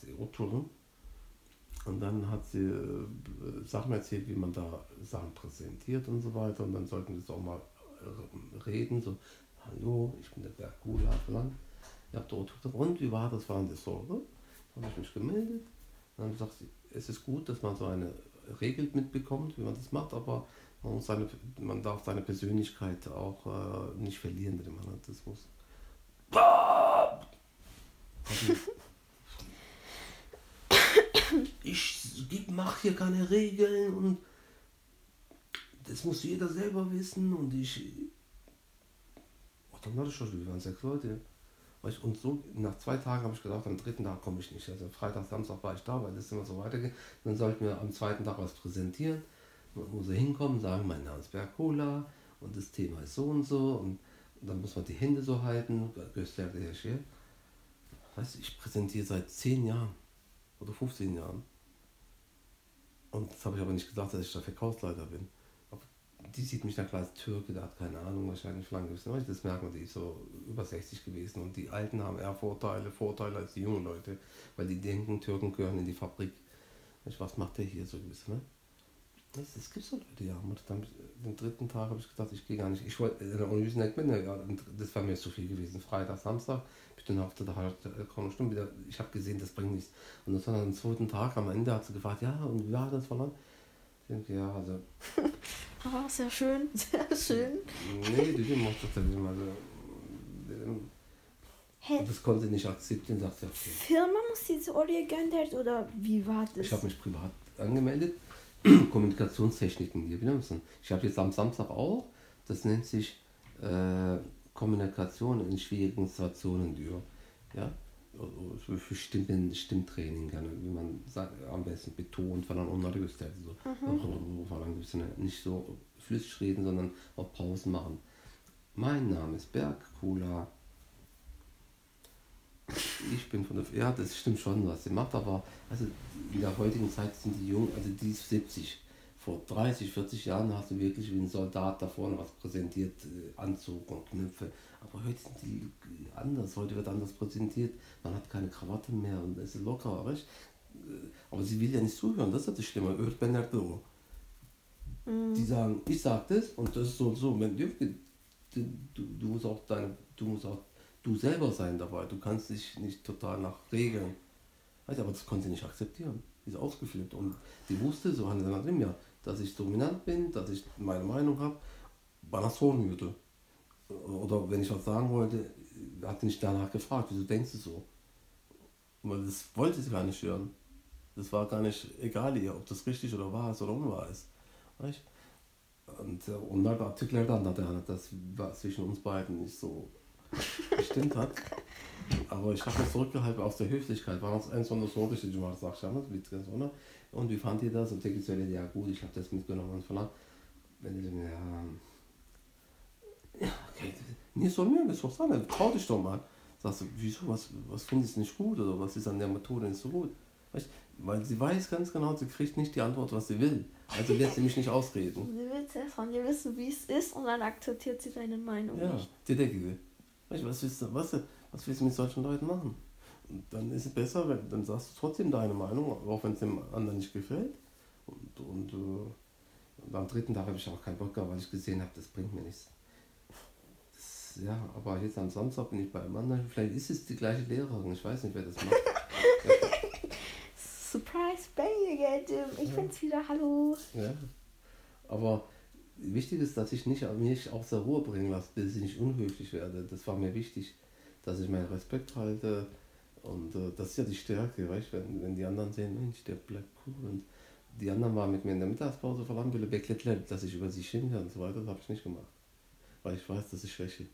Speaker 1: und dann hat sie Sachen erzählt, wie man da Sachen präsentiert und so weiter. Und dann sollten wir das auch mal reden, so, hallo, ich bin der Berg Gula, ja, und wie war das, waren das so, oder? Dann habe ich mich gemeldet. Dann sagt sie, es ist gut, dass man so eine Regel mitbekommt, wie man das macht, aber man darf seine Persönlichkeit auch nicht verlieren, wenn man das muss. Ich mache hier keine Regeln und das muss jeder selber wissen und dann war das schon, wir waren 6 Leute. Und so nach 2 Tagen habe ich gedacht, am 3. Tag komme ich nicht. Also Freitag, Samstag war ich da, weil das immer so weitergeht. Dann sollten wir am 2. Tag was präsentieren. Man muss hinkommen, sagen, mein Name ist Berg Kohler und das Thema ist so und so. Und dann muss man die Hände so halten. Weißt du, ich präsentiere seit 10 Jahren oder 15 Jahren. Und das habe ich aber nicht gedacht, dass ich der Verkaufsleiter bin. Die sieht mich dann klar als Türke, der hat keine Ahnung, wahrscheinlich lang gewesen. Das merkt man, die ist so über 60 gewesen. Und die Alten haben eher Vorteile als die jungen Leute, weil die denken, Türken gehören in die Fabrik. Was macht der hier so gewiss, ne? Das gibt so Leute, ja. Und dann, den 3. Tag habe ich gedacht, ich gehe gar nicht. Ich wollte in der Universität mit, ja, das war mir zu viel gewesen. Freitag, Samstag, ich bin auf der halben Stunde wieder. Ich habe gesehen, das bringt nichts. Und das war dann am 2. Tag, am Ende hat sie gefragt, ja, und wie war das verloren? Ich denke, ja, also.
Speaker 2: Oh, sehr schön, sehr schön.
Speaker 1: Nee, die macht das dann immer so. Und das konnte nicht akzeptieren, sagt ja, okay.
Speaker 2: Firma muss diese oraya göndert oder wie war das?
Speaker 1: Ich habe mich privat angemeldet. Kommunikationstechniken hier wieder. Ich habe jetzt am Samstag auch, das nennt sich Kommunikation in schwierigen Situationen durch. Ja? Für Stimmtraining, wie man sagt, am besten betont, weil dann unterlöst halt so. Weil dann nicht so flüssig reden, sondern auch Pausen machen. Mein Name ist Berg Kula. Ich bin von der. Ja, das stimmt schon, was sie macht, aber also in der heutigen Zeit sind die jung, also die ist 70. Vor 30, 40 Jahren hast du wirklich wie ein Soldat da vorne was präsentiert, Anzug und Knöpfe. Aber heute sind die anders, heute wird anders präsentiert. Man hat keine Krawatte mehr und es ist locker, weißt? Aber sie will ja nicht zuhören, das ist das Schlimme. Die sagen, ich sag das und das ist so und so. Du musst auch du selber sein dabei. Du kannst dich nicht total nach Regeln. Weißt, aber das konnte sie nicht akzeptieren. Die ist ausgeflippt und die wusste, so handelt er nach ja, dass ich dominant bin, dass ich meine Meinung habe, wann das hören würde. Oder wenn ich was sagen wollte, hat sie nicht danach gefragt, wieso denkst du so? Weil das wollte sie gar nicht hören. Das war gar nicht egal ihr, ob das richtig oder wahr ist oder unwahr ist. Weißt? Und dann Artikel dann, dass das zwischen uns beiden nicht so gestimmt hat. Aber ich habe das zurückgehalten aus der Höflichkeit. War das eins von der Sorte, die du mal sagst, und wie fand ihr das? Und denke ich so, ja gut, ich habe das mitgenommen und verlangt. Wenn ich ja, okay, nicht so mir, das ist doch sagen, trau dich doch mal. Sagst du, wieso, was findest du nicht gut oder was ist an der Methode nicht so gut? Weißt, weil sie weiß ganz genau, sie kriegt nicht die Antwort, was sie will. Also wird sie mich nicht ausreden.
Speaker 2: Sie will zuerst von dir wissen, wie es ist und dann akzeptiert sie deine Meinung
Speaker 1: ja,
Speaker 2: nicht.
Speaker 1: Die denke ich. Weißt, was willst du mit solchen Leuten machen? Und dann ist es besser, dann sagst du trotzdem deine Meinung, auch wenn es dem anderen nicht gefällt. Und am dritten Tag habe ich auch keinen Bock gehabt, weil ich gesehen habe, das bringt mir nichts. Ja, aber jetzt am Samstag bin ich bei einem anderen. Vielleicht ist es die gleiche Lehrerin, ich weiß nicht, wer das macht.
Speaker 2: Surprise, Baby, ich bin's wieder, hallo.
Speaker 1: Ja, aber wichtig ist, dass ich mich aus der Ruhe bringen lasse, bis ich nicht unhöflich werde. Das war mir wichtig, dass ich meinen Respekt halte. Und das ist ja die Stärke, weißt du, wenn die anderen sehen, Mensch, der bleibt cool. Und die anderen waren mit mir in der Mittagspause verlangt, dass ich über sie schimpfe und so weiter. Das habe ich nicht gemacht, weil ich weiß, das ist Schwäche.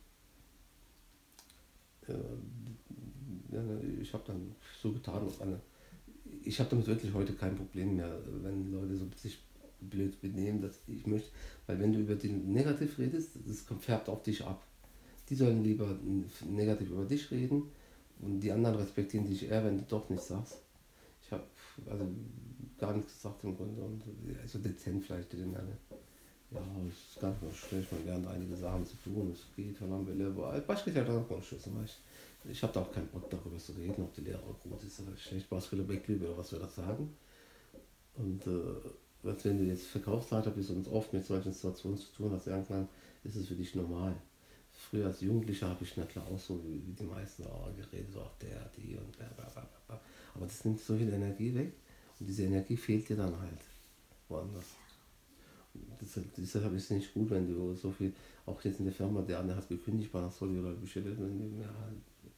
Speaker 1: Ich habe dann so getan, ich habe damit wirklich heute kein Problem mehr, wenn Leute so sich blöd benehmen, dass ich möchte, weil wenn du über die negativ redest, das färbt auf dich ab. Die sollen lieber negativ über dich reden und die anderen respektieren dich eher, wenn du doch nichts sagst. Ich habe also gar nichts gesagt im Grunde und also dezent vielleicht den gerne. Ja, es ist ganz schlecht, man lernt einige Sachen zu tun, es geht, wenn man will, aber Beispiel hat auch noch Schüsse. Ich habe da auch keinen Bock darüber zu reden, ob die Lehrer gut ist oder schlecht, was will oder was wir das sagen. Und wenn du jetzt Verkaufsleiter bist und oft mit solchen Situationen zu tun hast, irgendwann ist es für dich normal. Früher als Jugendlicher habe ich natürlich auch so wie die meisten geredet, so auch die und blablabla. Aber das nimmt so viel Energie weg und diese Energie fehlt dir dann halt woanders. Deshalb ist es nicht gut, wenn du so viel, auch jetzt in der Firma, der andere hat gekündigt, man soll oder bestellt, wenn du mehr halt,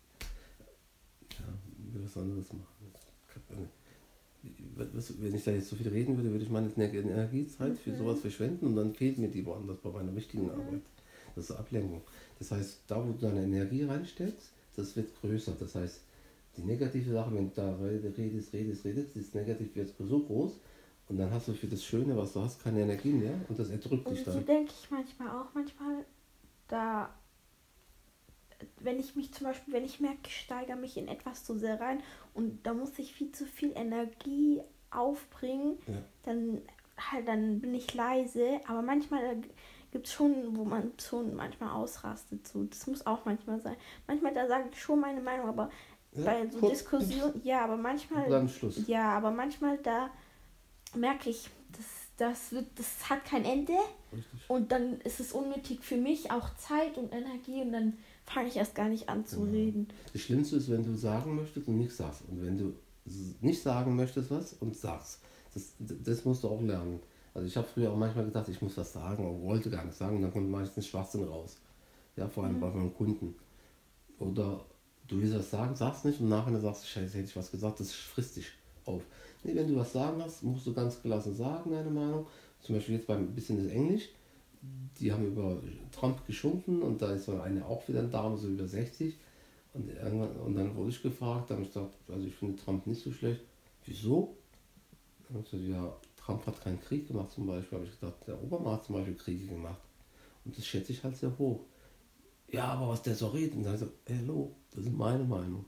Speaker 1: will was anderes machen. Wenn ich da jetzt so viel reden würde, würde ich meine Energiezeit für sowas verschwenden und dann fehlt mir die woanders bei meiner wichtigen Arbeit. Das ist Ablenkung. Das heißt, da wo du deine Energie reinsteckst, das wird größer. Das heißt, die negative Sache, wenn du da redest, das Negativ wird so groß und dann hast du für das Schöne, was du hast, keine Energie mehr und das erdrückt dich dann.
Speaker 2: Und so denke ich manchmal, wenn ich merke, ich steigere mich in etwas zu sehr rein und da muss ich viel zu viel Energie aufbringen, dann bin ich leise, aber manchmal gibt es schon, wo man schon manchmal ausrastet. So. Das muss auch manchmal sein. Manchmal, da sage ich schon meine Meinung, aber bei so Diskussionen, aber manchmal, da merke ich, das hat kein Ende.
Speaker 1: Richtig.
Speaker 2: Und dann ist es unnötig für mich, auch Zeit und Energie und dann fange ich erst gar nicht an zu reden.
Speaker 1: Das Schlimmste ist, wenn du sagen möchtest und nichts sagst. Und wenn du nicht sagen möchtest was und sagst. Das musst du auch lernen. Also ich habe früher auch manchmal gedacht, ich muss was sagen, aber wollte gar nicht sagen und dann kommt meistens Schwachsinn raus. Ja, vor allem bei meinem Kunden. Oder Du willst was sagen, sagst nicht und nachher sagst du, scheiße, hätte ich was gesagt, das frisst dich auf. Nee, wenn du was sagen hast, musst du ganz gelassen sagen, deine Meinung. Zum Beispiel jetzt beim bisschen das Englisch. Die haben über Trump geschumpfen und da ist so eine auch wieder eine Dame, so über 60. Und dann wurde ich gefragt, da habe ich gesagt, also ich finde Trump nicht so schlecht. Wieso? Dann habe ich gesagt, ja, Trump hat keinen Krieg gemacht zum Beispiel. Habe ich gesagt, der Obama hat zum Beispiel Kriege gemacht. Und das schätze ich halt sehr hoch. Ja, aber was der so redet. Und dann habe ich gesagt, hallo, das ist meine Meinung.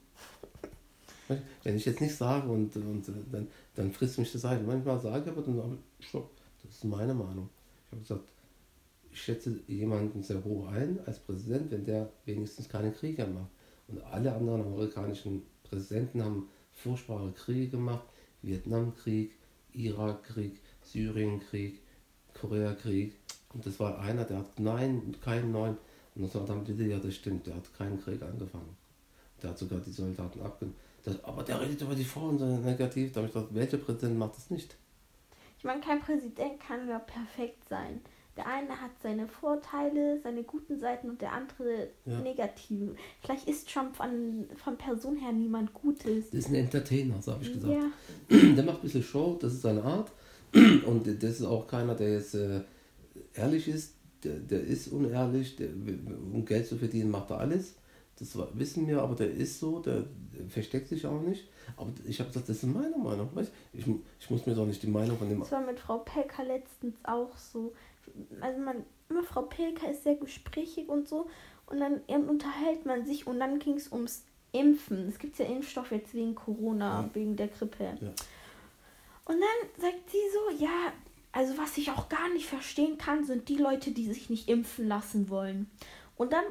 Speaker 1: Wenn ich jetzt nichts sage und dann frisst mich das ein. Manchmal sage ich aber dann, stopp, das ist meine Meinung. Ich habe gesagt, ich schätze jemanden sehr hoch ein als Präsident, wenn der wenigstens keine Kriege macht. Und alle anderen amerikanischen Präsidenten haben furchtbare Kriege gemacht. Vietnamkrieg, Irakkrieg, Syrienkrieg, Koreakrieg. Und das war einer, der hat keinen neuen. Und dann sagt dann bitte, ja das stimmt, der hat keinen Krieg angefangen. Der hat sogar die Soldaten abgenommen. Aber der redet über die Frauen so negativ. Da habe ich gedacht, welcher Präsident macht das nicht?
Speaker 2: Ich meine, kein Präsident kann ja perfekt sein. Der eine hat seine Vorteile, seine guten Seiten und der andere negative. Vielleicht ist Trump von Person her niemand Gutes.
Speaker 1: Das ist ein Entertainer, so habe ich gesagt.
Speaker 2: Ja.
Speaker 1: Der macht ein bisschen Show, das ist seine Art. Und das ist auch keiner, der jetzt ehrlich ist. Der ist unehrlich. Um Geld zu verdienen, macht er alles. Das wissen wir, aber der ist so, der versteckt sich auch nicht. Aber ich habe gesagt, das ist meine Meinung. Weißt? Ich muss mir doch nicht die Meinung von dem...
Speaker 2: Das war mit Frau Pelker letztens auch so. Also Frau Pelker ist sehr gesprächig und so. Und dann unterhält man sich und dann ging es ums Impfen. Es gibt ja Impfstoff jetzt wegen Corona, wegen der Grippe.
Speaker 1: Ja.
Speaker 2: Und dann sagt sie so, ja, also was ich auch gar nicht verstehen kann, sind die Leute, die sich nicht impfen lassen wollen. Und dann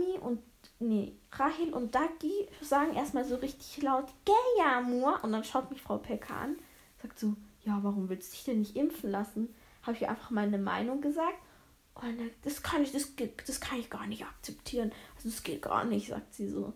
Speaker 2: Rahel und Dagi sagen erstmal so richtig laut, geh ja, Amor. Und dann schaut mich Frau Pelker an, sagt so, ja, warum willst du dich denn nicht impfen lassen? Habe ich einfach meine Meinung gesagt. Und dann, das kann ich gar nicht akzeptieren. Also das geht gar nicht, sagt sie so.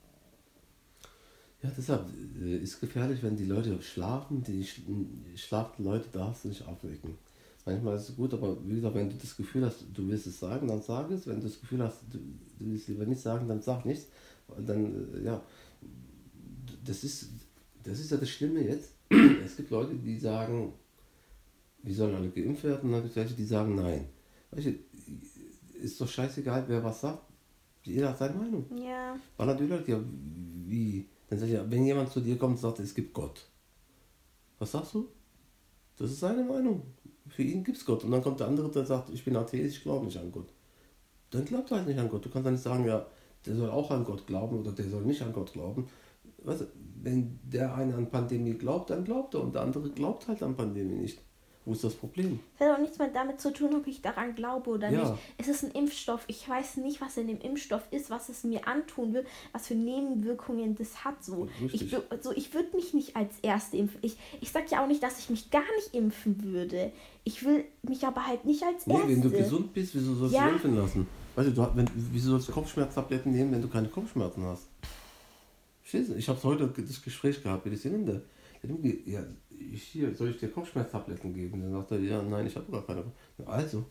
Speaker 1: Ja, deshalb ist gefährlich, wenn die Leute schlafen. Die schlafenden Leute darfst du nicht aufwecken. Manchmal ist es gut, aber wie gesagt, wenn du das Gefühl hast, du willst es sagen, dann sag es. Wenn du das Gefühl hast, du willst lieber nicht sagen, dann sag nichts. Und dann, ja, das ist ja das Schlimme jetzt. Es gibt Leute, die sagen, wir sollen alle geimpft werden, und dann gibt es welche, die sagen nein. Weißt du, ist doch scheißegal, wer was sagt. Jeder hat seine Meinung.
Speaker 2: Ja.
Speaker 1: Weil natürlich, ja, wie? Dann sag ich, ja, wenn jemand zu dir kommt und sagt, es gibt Gott. Was sagst du? Das ist seine Meinung. Für ihn gibt es Gott. Und dann kommt der andere, der sagt, ich bin Atheist, ich glaube nicht an Gott. Dann glaubt er halt nicht an Gott. Du kannst dann nicht sagen, ja, der soll auch an Gott glauben oder der soll nicht an Gott glauben. Weißt du, wenn der eine an Pandemie glaubt, dann glaubt er. Und der andere glaubt halt an Pandemie nicht. Wo ist das Problem?
Speaker 2: Das hat auch nichts mehr damit zu tun, ob ich daran glaube oder
Speaker 1: Ja.
Speaker 2: nicht. Es ist ein Impfstoff. Ich weiß nicht, was in dem Impfstoff ist, was es mir antun will, was für Nebenwirkungen das hat. So. Ich würde mich nicht als Erste impfen. Ich sage ja auch nicht, dass ich mich gar nicht impfen würde. Ich will mich aber halt nicht als Erste.
Speaker 1: Wenn du gesund bist, wieso sollst du dich impfen lassen? Weißt du, wieso sollst du Kopfschmerztabletten nehmen, wenn du keine Kopfschmerzen hast? Verstehst du? Ich habe heute das Gespräch gehabt, wie das hin. Ja, soll ich dir Kopfschmerztabletten geben? Dann sagt er, ja, nein, ich habe gar keine. Also,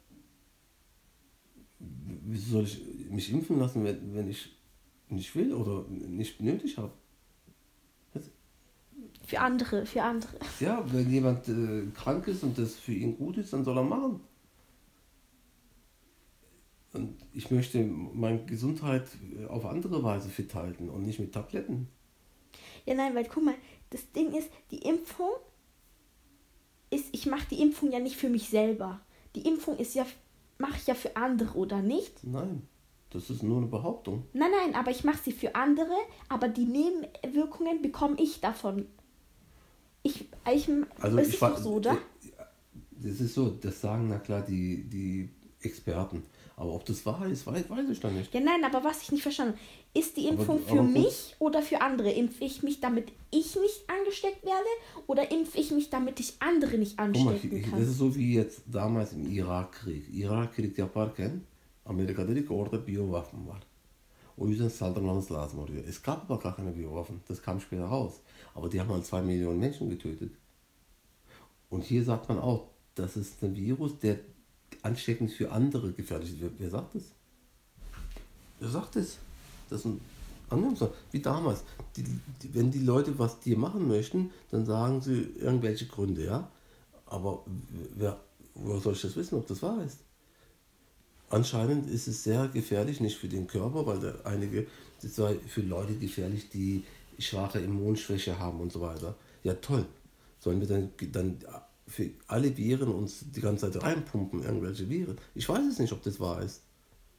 Speaker 1: wieso soll ich mich impfen lassen, wenn ich nicht will oder nicht nötig habe?
Speaker 2: Für andere.
Speaker 1: Ja, wenn jemand krank ist und das für ihn gut ist, dann soll er machen. Und ich möchte meine Gesundheit auf andere Weise fit halten und nicht mit Tabletten.
Speaker 2: Ja, nein, weil guck mal, das Ding ist, ich mache die Impfung ja nicht für mich selber. Die Impfung mache ich ja für andere, oder nicht?
Speaker 1: Nein, das ist nur eine Behauptung.
Speaker 2: Nein, aber ich mache sie für andere, aber die Nebenwirkungen bekomme ich davon. Es ist doch so, oder?
Speaker 1: Das ist so, das sagen na klar die Experten. Aber ob das wahr ist, weiß ich dann nicht.
Speaker 2: Ja, nein, aber was ich nicht verstanden habe, ist die Impfung für mich oder für andere? Impfe ich mich, damit ich nicht angesteckt werde? Oder impfe ich mich, damit ich andere nicht anstecken kann?
Speaker 1: Das ist so wie jetzt damals im Irakkrieg. Irakkrieg yaparken Amerika dedi ki orada Biowaffen var. O yüzden saldırmamız lazım oraya. Es gab aber gar keine Biowaffen. Das kam später raus. Aber die haben halt 2 Millionen Menschen getötet. Und hier sagt man auch, das ist ein Virus, der ansteckend für andere gefährlich ist. Wer sagt das? Wer sagt das? Angenommen so, wie damals. Wenn die Leute was dir machen möchten, dann sagen sie irgendwelche Gründe, ja. Aber woher soll ich das wissen, ob das wahr ist? Anscheinend ist es sehr gefährlich, nicht für den Körper, weil das war für Leute gefährlich, die schwache Immunschwäche haben und so weiter. Ja, toll. Sollen wir dann für alle Viren uns die ganze Zeit reinpumpen, irgendwelche Viren? Ich weiß es nicht, ob das wahr ist.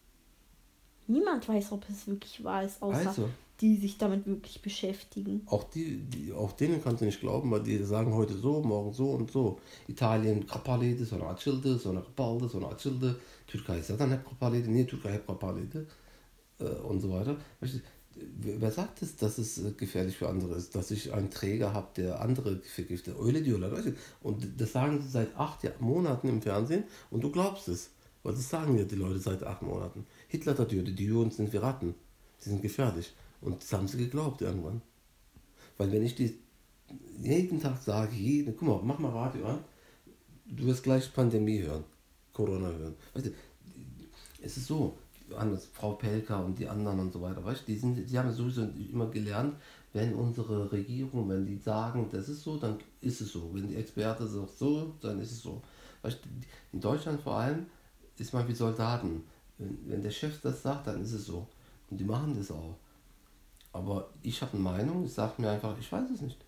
Speaker 2: Niemand weiß, ob es wirklich wahr ist, außer
Speaker 1: Also,
Speaker 2: die sich damit wirklich beschäftigen.
Speaker 1: auch denen kannst du nicht glauben, weil die sagen heute so, morgen so und so. Italien kapalıydı, sonra açıldı, sonra kapalı, sonra açıldı. Türkei zaten hep kapalıydı, niye Türkei hep kapalıydı? Und so weiter. Wer sagt es, dass es gefährlich für andere ist, dass ich einen Träger habe, der andere vergiftet? Öyle diyorlar. Weißt du? Und das sagen sie seit 8 Monaten im Fernsehen und du glaubst es. Weil das sagen ja die Leute seit 8 Monaten. Hitler da diyordu, die Juden sind wie Ratten. Die sind gefährlich. Und das haben sie geglaubt irgendwann. Weil wenn ich die jeden Tag sage, guck mal, mach mal Radio an, du wirst gleich Pandemie hören, Corona hören. Weißt du, es ist so, Frau Pelka und die anderen und so weiter, weißt du, die haben sowieso immer gelernt, wenn unsere Regierung, wenn die sagen, das ist so, dann ist es so. Wenn die Experte sagen so, dann ist es so. Weißt du, in Deutschland vor allem ist man wie Soldaten. Wenn der Chef das sagt, dann ist es so. Und die machen das auch. Aber ich habe eine Meinung, ich sage mir einfach, ich weiß es nicht.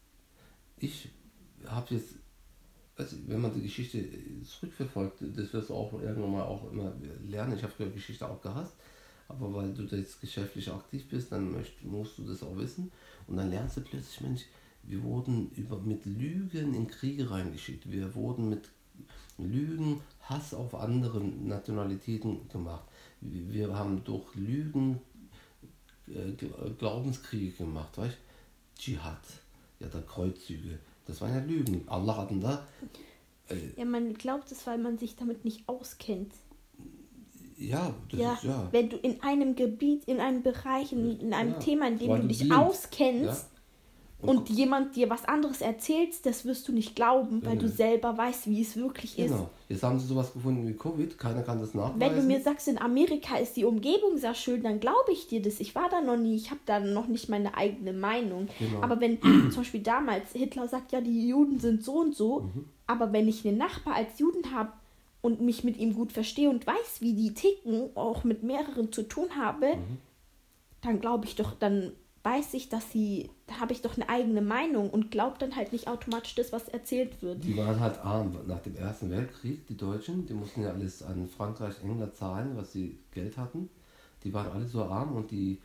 Speaker 1: Ich habe jetzt, also wenn man die Geschichte zurückverfolgt, das wirst du auch irgendwann mal auch immer lernen. Ich habe früher Geschichte auch gehasst, aber weil du da jetzt geschäftlich aktiv bist, dann musst du das auch wissen. Und dann lernst du plötzlich, Mensch, wir wurden mit Lügen in Kriege reingeschickt. Wir wurden mit Lügen Hass auf andere Nationalitäten gemacht. Wir haben durch Lügen Glaubenskriege gemacht, weißt du? Dschihad, ja, da Kreuzzüge, das waren ja Lügen. Allah hatten da.
Speaker 2: Ja, man glaubt es, weil man sich damit nicht auskennt.
Speaker 1: Ja, das
Speaker 2: Ja,
Speaker 1: ist ja.
Speaker 2: wenn du in einem Gebiet, in einem Bereich, in einem
Speaker 1: Ja,
Speaker 2: Thema, in dem
Speaker 1: weil
Speaker 2: du
Speaker 1: du
Speaker 2: dich
Speaker 1: blind.
Speaker 2: auskennst
Speaker 1: Ja.
Speaker 2: und jemand dir was anderes erzählt, das wirst du nicht glauben, weil
Speaker 1: Ja.
Speaker 2: du selber weißt, wie es wirklich ist.
Speaker 1: Genau. Jetzt haben sie sowas gefunden wie Covid, keiner kann das nachweisen.
Speaker 2: Wenn du mir sagst, in Amerika ist die Umgebung sehr schön, dann glaube ich dir das. Ich war da noch nie, ich habe da noch nicht meine eigene Meinung.
Speaker 1: Genau.
Speaker 2: Aber wenn zum Beispiel damals Hitler sagt, ja, die Juden sind so und so, aber wenn ich einen Nachbar als Juden habe und mich mit ihm gut verstehe und weiß, wie die ticken, auch mit mehreren zu tun habe, dann glaube ich doch, dann weiß ich, da habe ich doch eine eigene Meinung und glaube dann halt nicht automatisch das, was erzählt wird.
Speaker 1: Die waren halt arm. Nach dem Ersten Weltkrieg, die Deutschen, die mussten ja alles an Frankreich, England zahlen, was sie Geld hatten. Die waren alle so arm und die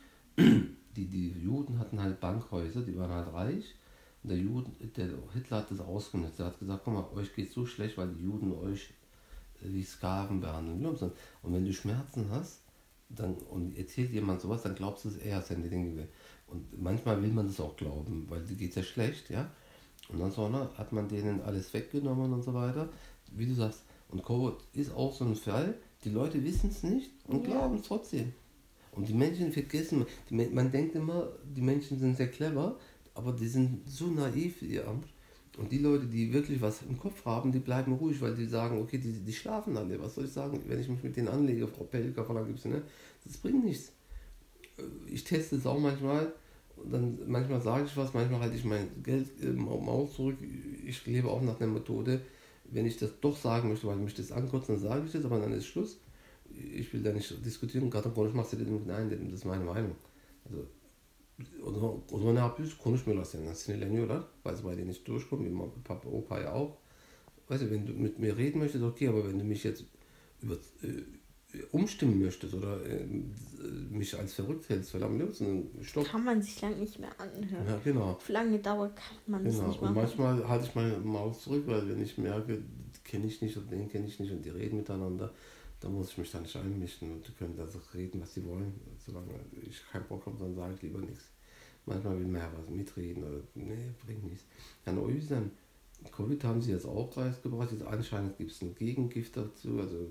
Speaker 1: Juden hatten halt Bankhäuser, die waren halt reich. Und der Hitler hat das ausgenutzt. Er hat gesagt, guck mal, euch geht so schlecht, weil die Juden euch wie Sklaven behandeln. Und wenn du Schmerzen hast, und erzählt jemand sowas, dann glaubst du es eher, seine Dinge. Und manchmal will man das auch glauben, weil die geht ja schlecht, ja. Und dann hat man denen alles weggenommen und so weiter. Wie du sagst, und Covid ist auch so ein Fall, die Leute wissen es nicht und glauben es trotzdem. Und die Menschen vergessen, man denkt immer, die Menschen sind sehr clever, aber die sind so naiv, ja. Und die Leute, die wirklich was im Kopf haben, die bleiben ruhig, weil die sagen, okay, die schlafen alle. Was soll ich sagen, wenn ich mich mit denen anlege, Frau Pelka, von da gibt's, ne? Das bringt nichts. Ich teste es auch manchmal und dann manchmal sage ich was, manchmal halte ich mein Geld im Maus zurück. Ich lebe auch nach der Methode, wenn ich das doch sagen möchte, weil mich das ankotzt, dann sage ich das, aber dann ist Schluss. Ich will da nicht diskutieren, gerade ich mache es nein, das ist meine Meinung. Also, o zaman ne yapıyoruz? Konuşmuyorlar seninle. Sinirleniyorlar, weil sie bei denen nicht durchkommen, wie Papa, Opa ja auch. Weißt du, wenn du mit mir reden möchtest, okay, aber wenn du mich jetzt umstimmen möchtest oder mich als verrückt hältst, verdammt, dann stopp.
Speaker 2: Kann man sich lange nicht mehr anhören.
Speaker 1: Ja, genau.
Speaker 2: Auf lange Dauer kann man das nicht
Speaker 1: Und
Speaker 2: machen.
Speaker 1: manchmal halte ich meine Maus zurück, weil wenn ich merke, kenne ich nicht und den kenne ich nicht und die reden miteinander, da muss ich mich da nicht einmischen und die können da so reden, was sie wollen. Solange ich keinen Bock habe, dann sage ich lieber nichts. Manchmal will man ja was mitreden oder nee, bringt nichts. Ja, Neusen, Covid haben sie jetzt auch rausgebracht. Jetzt anscheinend gibt es ein Gegengift dazu, also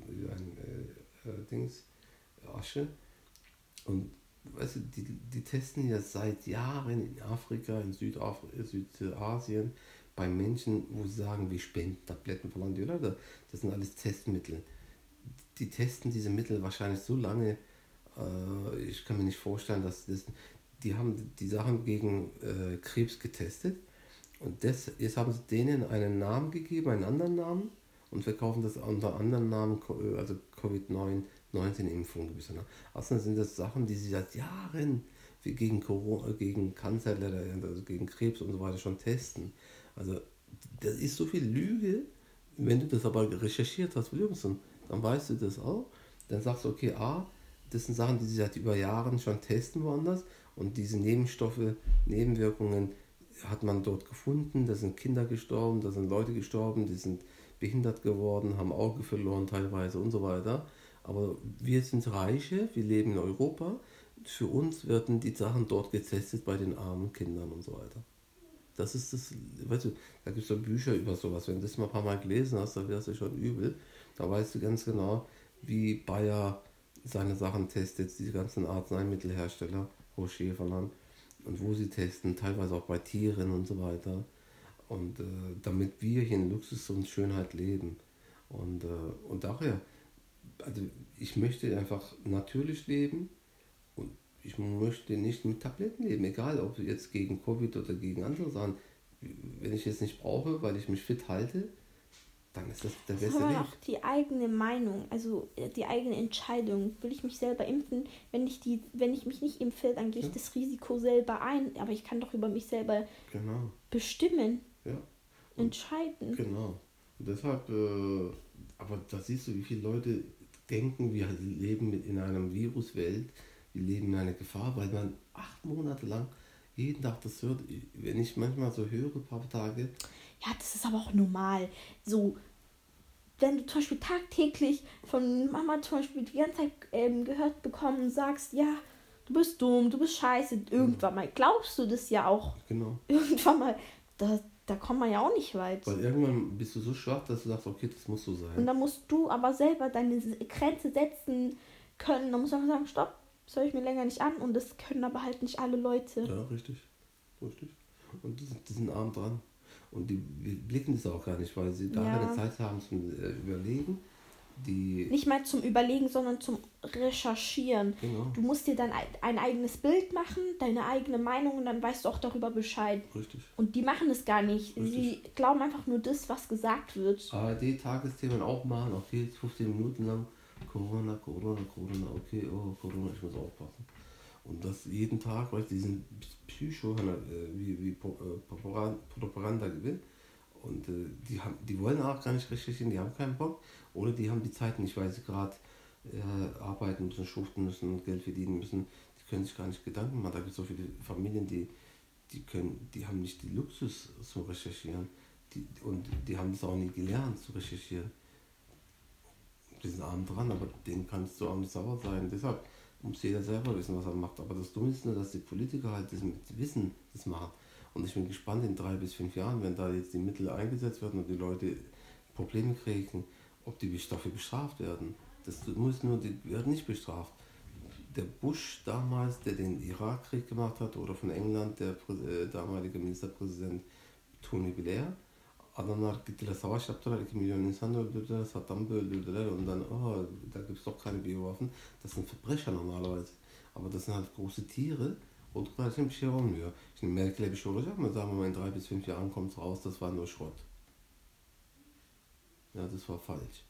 Speaker 1: ein Asche. Und weißt du, die testen ja seit Jahren in Afrika, in Südasien bei Menschen, wo sie sagen, wir spenden Tabletten von Leute. Das sind alles Testmittel. Die testen diese Mittel wahrscheinlich so lange Ich kann mir nicht vorstellen, dass die haben die Sachen gegen Krebs getestet und jetzt haben sie denen einen Namen gegeben, einen anderen Namen und verkaufen das unter anderen Namen, also Covid-19-Impfung. Also sind das Sachen, die sie seit Jahren gegen Corona, gegen Cancer, also gegen Krebs und so weiter schon testen. Also das ist so viel Lüge. Wenn du das aber recherchiert hast, Williamson, dann weißt du das auch. Dann sagst du, okay, das sind Sachen, die sie seit über Jahren schon testen woanders und diese Nebenstoffe, Nebenwirkungen hat man dort gefunden. Da sind Kinder gestorben, da sind Leute gestorben, die sind behindert geworden, haben Auge verloren teilweise und so weiter. Aber wir sind Reiche, wir leben in Europa. Für uns werden die Sachen dort getestet bei den armen Kindern und so weiter. Das ist das, weißt du, da gibt es so Bücher über sowas. Wenn du das mal ein paar Mal gelesen hast, dann wärst du schon übel. Da weißt du ganz genau, wie Bayer seine Sachen testet, diese ganzen Arzneimittelhersteller, Rocher verlangt, und wo sie testen, teilweise auch bei Tieren und so weiter. Und damit wir hier in Luxus und Schönheit leben. Und daher, also ich möchte einfach natürlich leben und ich möchte nicht mit Tabletten leben, egal ob jetzt gegen Covid oder gegen andere Sachen. Wenn ich es nicht brauche, weil ich mich fit halte, dann ist das der beste Weg.
Speaker 2: Aber auch die eigene Meinung, also die eigene Entscheidung. Will ich mich selber impfen? Wenn ich mich nicht impfe, dann gehe ich das Risiko selber ein. Aber ich kann doch über mich selber bestimmen, entscheiden.
Speaker 1: Genau. Und deshalb, aber da siehst du, wie viele Leute denken, wir leben in einer Viruswelt, wir leben in einer Gefahr, weil man 8 Monate lang jeden Tag das hört. Wenn ich manchmal so höre, ein paar Tage.
Speaker 2: Ja, das ist aber auch normal. So, wenn du zum Beispiel tagtäglich von Mama zum Beispiel die ganze Zeit gehört bekommen und sagst, ja, du bist dumm, du bist scheiße, irgendwann mal glaubst du das ja auch.
Speaker 1: Genau.
Speaker 2: Irgendwann mal, da kommt man ja auch nicht weit.
Speaker 1: Weil irgendwann bist du so schwach, dass du sagst, okay, das muss so sein.
Speaker 2: Und dann musst du aber selber deine Grenze setzen können. Dann musst du einfach sagen, stopp, das höre ich mir länger nicht an. Und das können aber halt nicht alle Leute.
Speaker 1: Ja, richtig. Und die sind arm dran. Und die blicken das auch gar nicht, weil sie gar keine Zeit haben zum Überlegen.
Speaker 2: Nicht mal zum Überlegen, sondern zum Recherchieren.
Speaker 1: Genau.
Speaker 2: Du musst dir dann ein eigenes Bild machen, deine eigene Meinung, und dann weißt du auch darüber Bescheid.
Speaker 1: Richtig.
Speaker 2: Und die machen es gar nicht.
Speaker 1: Richtig.
Speaker 2: Sie glauben einfach nur das, was gesagt wird.
Speaker 1: ARD-Tagesthemen auch machen, auch 15 Minuten lang. Corona, okay, oh, Corona, ich muss aufpassen. Und das jeden Tag, weil die sind Psycho, wie Propaganda gewinnt. Und die wollen auch gar nicht recherchieren, die haben keinen Bock. Oder die haben die Zeit nicht, weil sie gerade arbeiten müssen, schuften müssen und Geld verdienen müssen. Die können sich gar nicht Gedanken machen. Da gibt es so viele Familien, die haben nicht die Luxus zu recherchieren. Und die haben das auch nie gelernt zu recherchieren. Die sind arm dran, aber denen kannst du auch nicht sauer sein. Deshalb muss jeder selber wissen, was er macht. Aber das Dumme ist nur, dass die Politiker halt das mit Wissen das machen. Und ich bin gespannt in 3 bis 5 Jahren, wenn da jetzt die Mittel eingesetzt werden und die Leute Probleme kriegen, ob die dafür bestraft werden. Die werden nicht bestraft. Der Bush damals, der den Irakkrieg gemacht hat, oder von England, der damalige Ministerpräsident Tony Blair, adamlar gittiler savaş yaptılar, 2 milyon insan öldürdüler, Saddam'ı öldürdüler und dann, da gibt es doch keine Biowaffen. Das sind Verbrecher normalerweise. Aber das sind halt große Tiere und kardeşim bir şey olmuyor. Şimdi Merkel'e bir şey olacak mı? Sagen wir mal in 3 bis 5 Jahren kommt es raus, das war nur Schrott. Ja, das war falsch.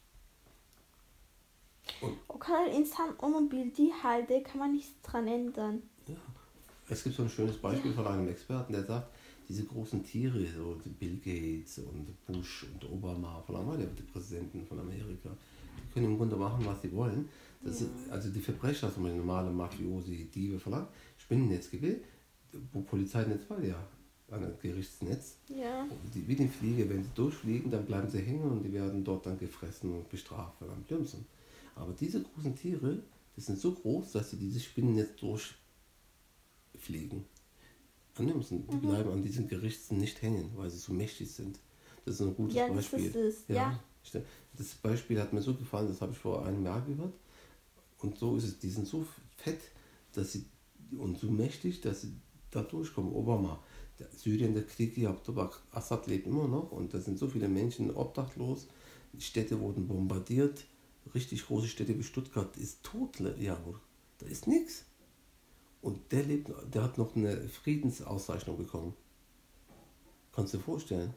Speaker 2: O kadar insan onu bildiği halde kann man nichts dran ändern.
Speaker 1: Ja. Es gibt so ein schönes Beispiel von einem Experten, der sagt, diese großen Tiere, so Bill Gates und Bush und Obama, von allem die Präsidenten von Amerika, die können im Grunde machen, was sie wollen. Das ist, also die Verbrecher, zum Beispiel normale Mafiosi, Diebe, verlangt, Spinnennetzgewehr, wo Polizeinetz war, ja, ein Gerichtsnetz.
Speaker 2: Ja.
Speaker 1: Wie die Fliege, wenn sie durchfliegen, dann bleiben sie hängen und die werden dort dann gefressen und bestraft am schlimmsten. Aber diese großen Tiere, die sind so groß, dass sie dieses Spinnennetz durchfliegen. Die bleiben an diesen Gerichten nicht hängen, weil sie so mächtig sind. Das ist ein gutes Beispiel.
Speaker 2: Das ist es. Ja.
Speaker 1: Das Beispiel hat mir so gefallen, das habe ich vor einem Jahr gehört. Und so ist es, die sind so fett und so mächtig, dass sie da durchkommen. Obama, Syrien, der Krieg gehabt, aber Assad lebt immer noch und da sind so viele Menschen obdachlos. Die Städte wurden bombardiert. Richtig große Städte wie Stuttgart ist tot. Ja, Da ist nichts. Und der hat noch eine Friedensauszeichnung bekommen. Kannst du dir vorstellen?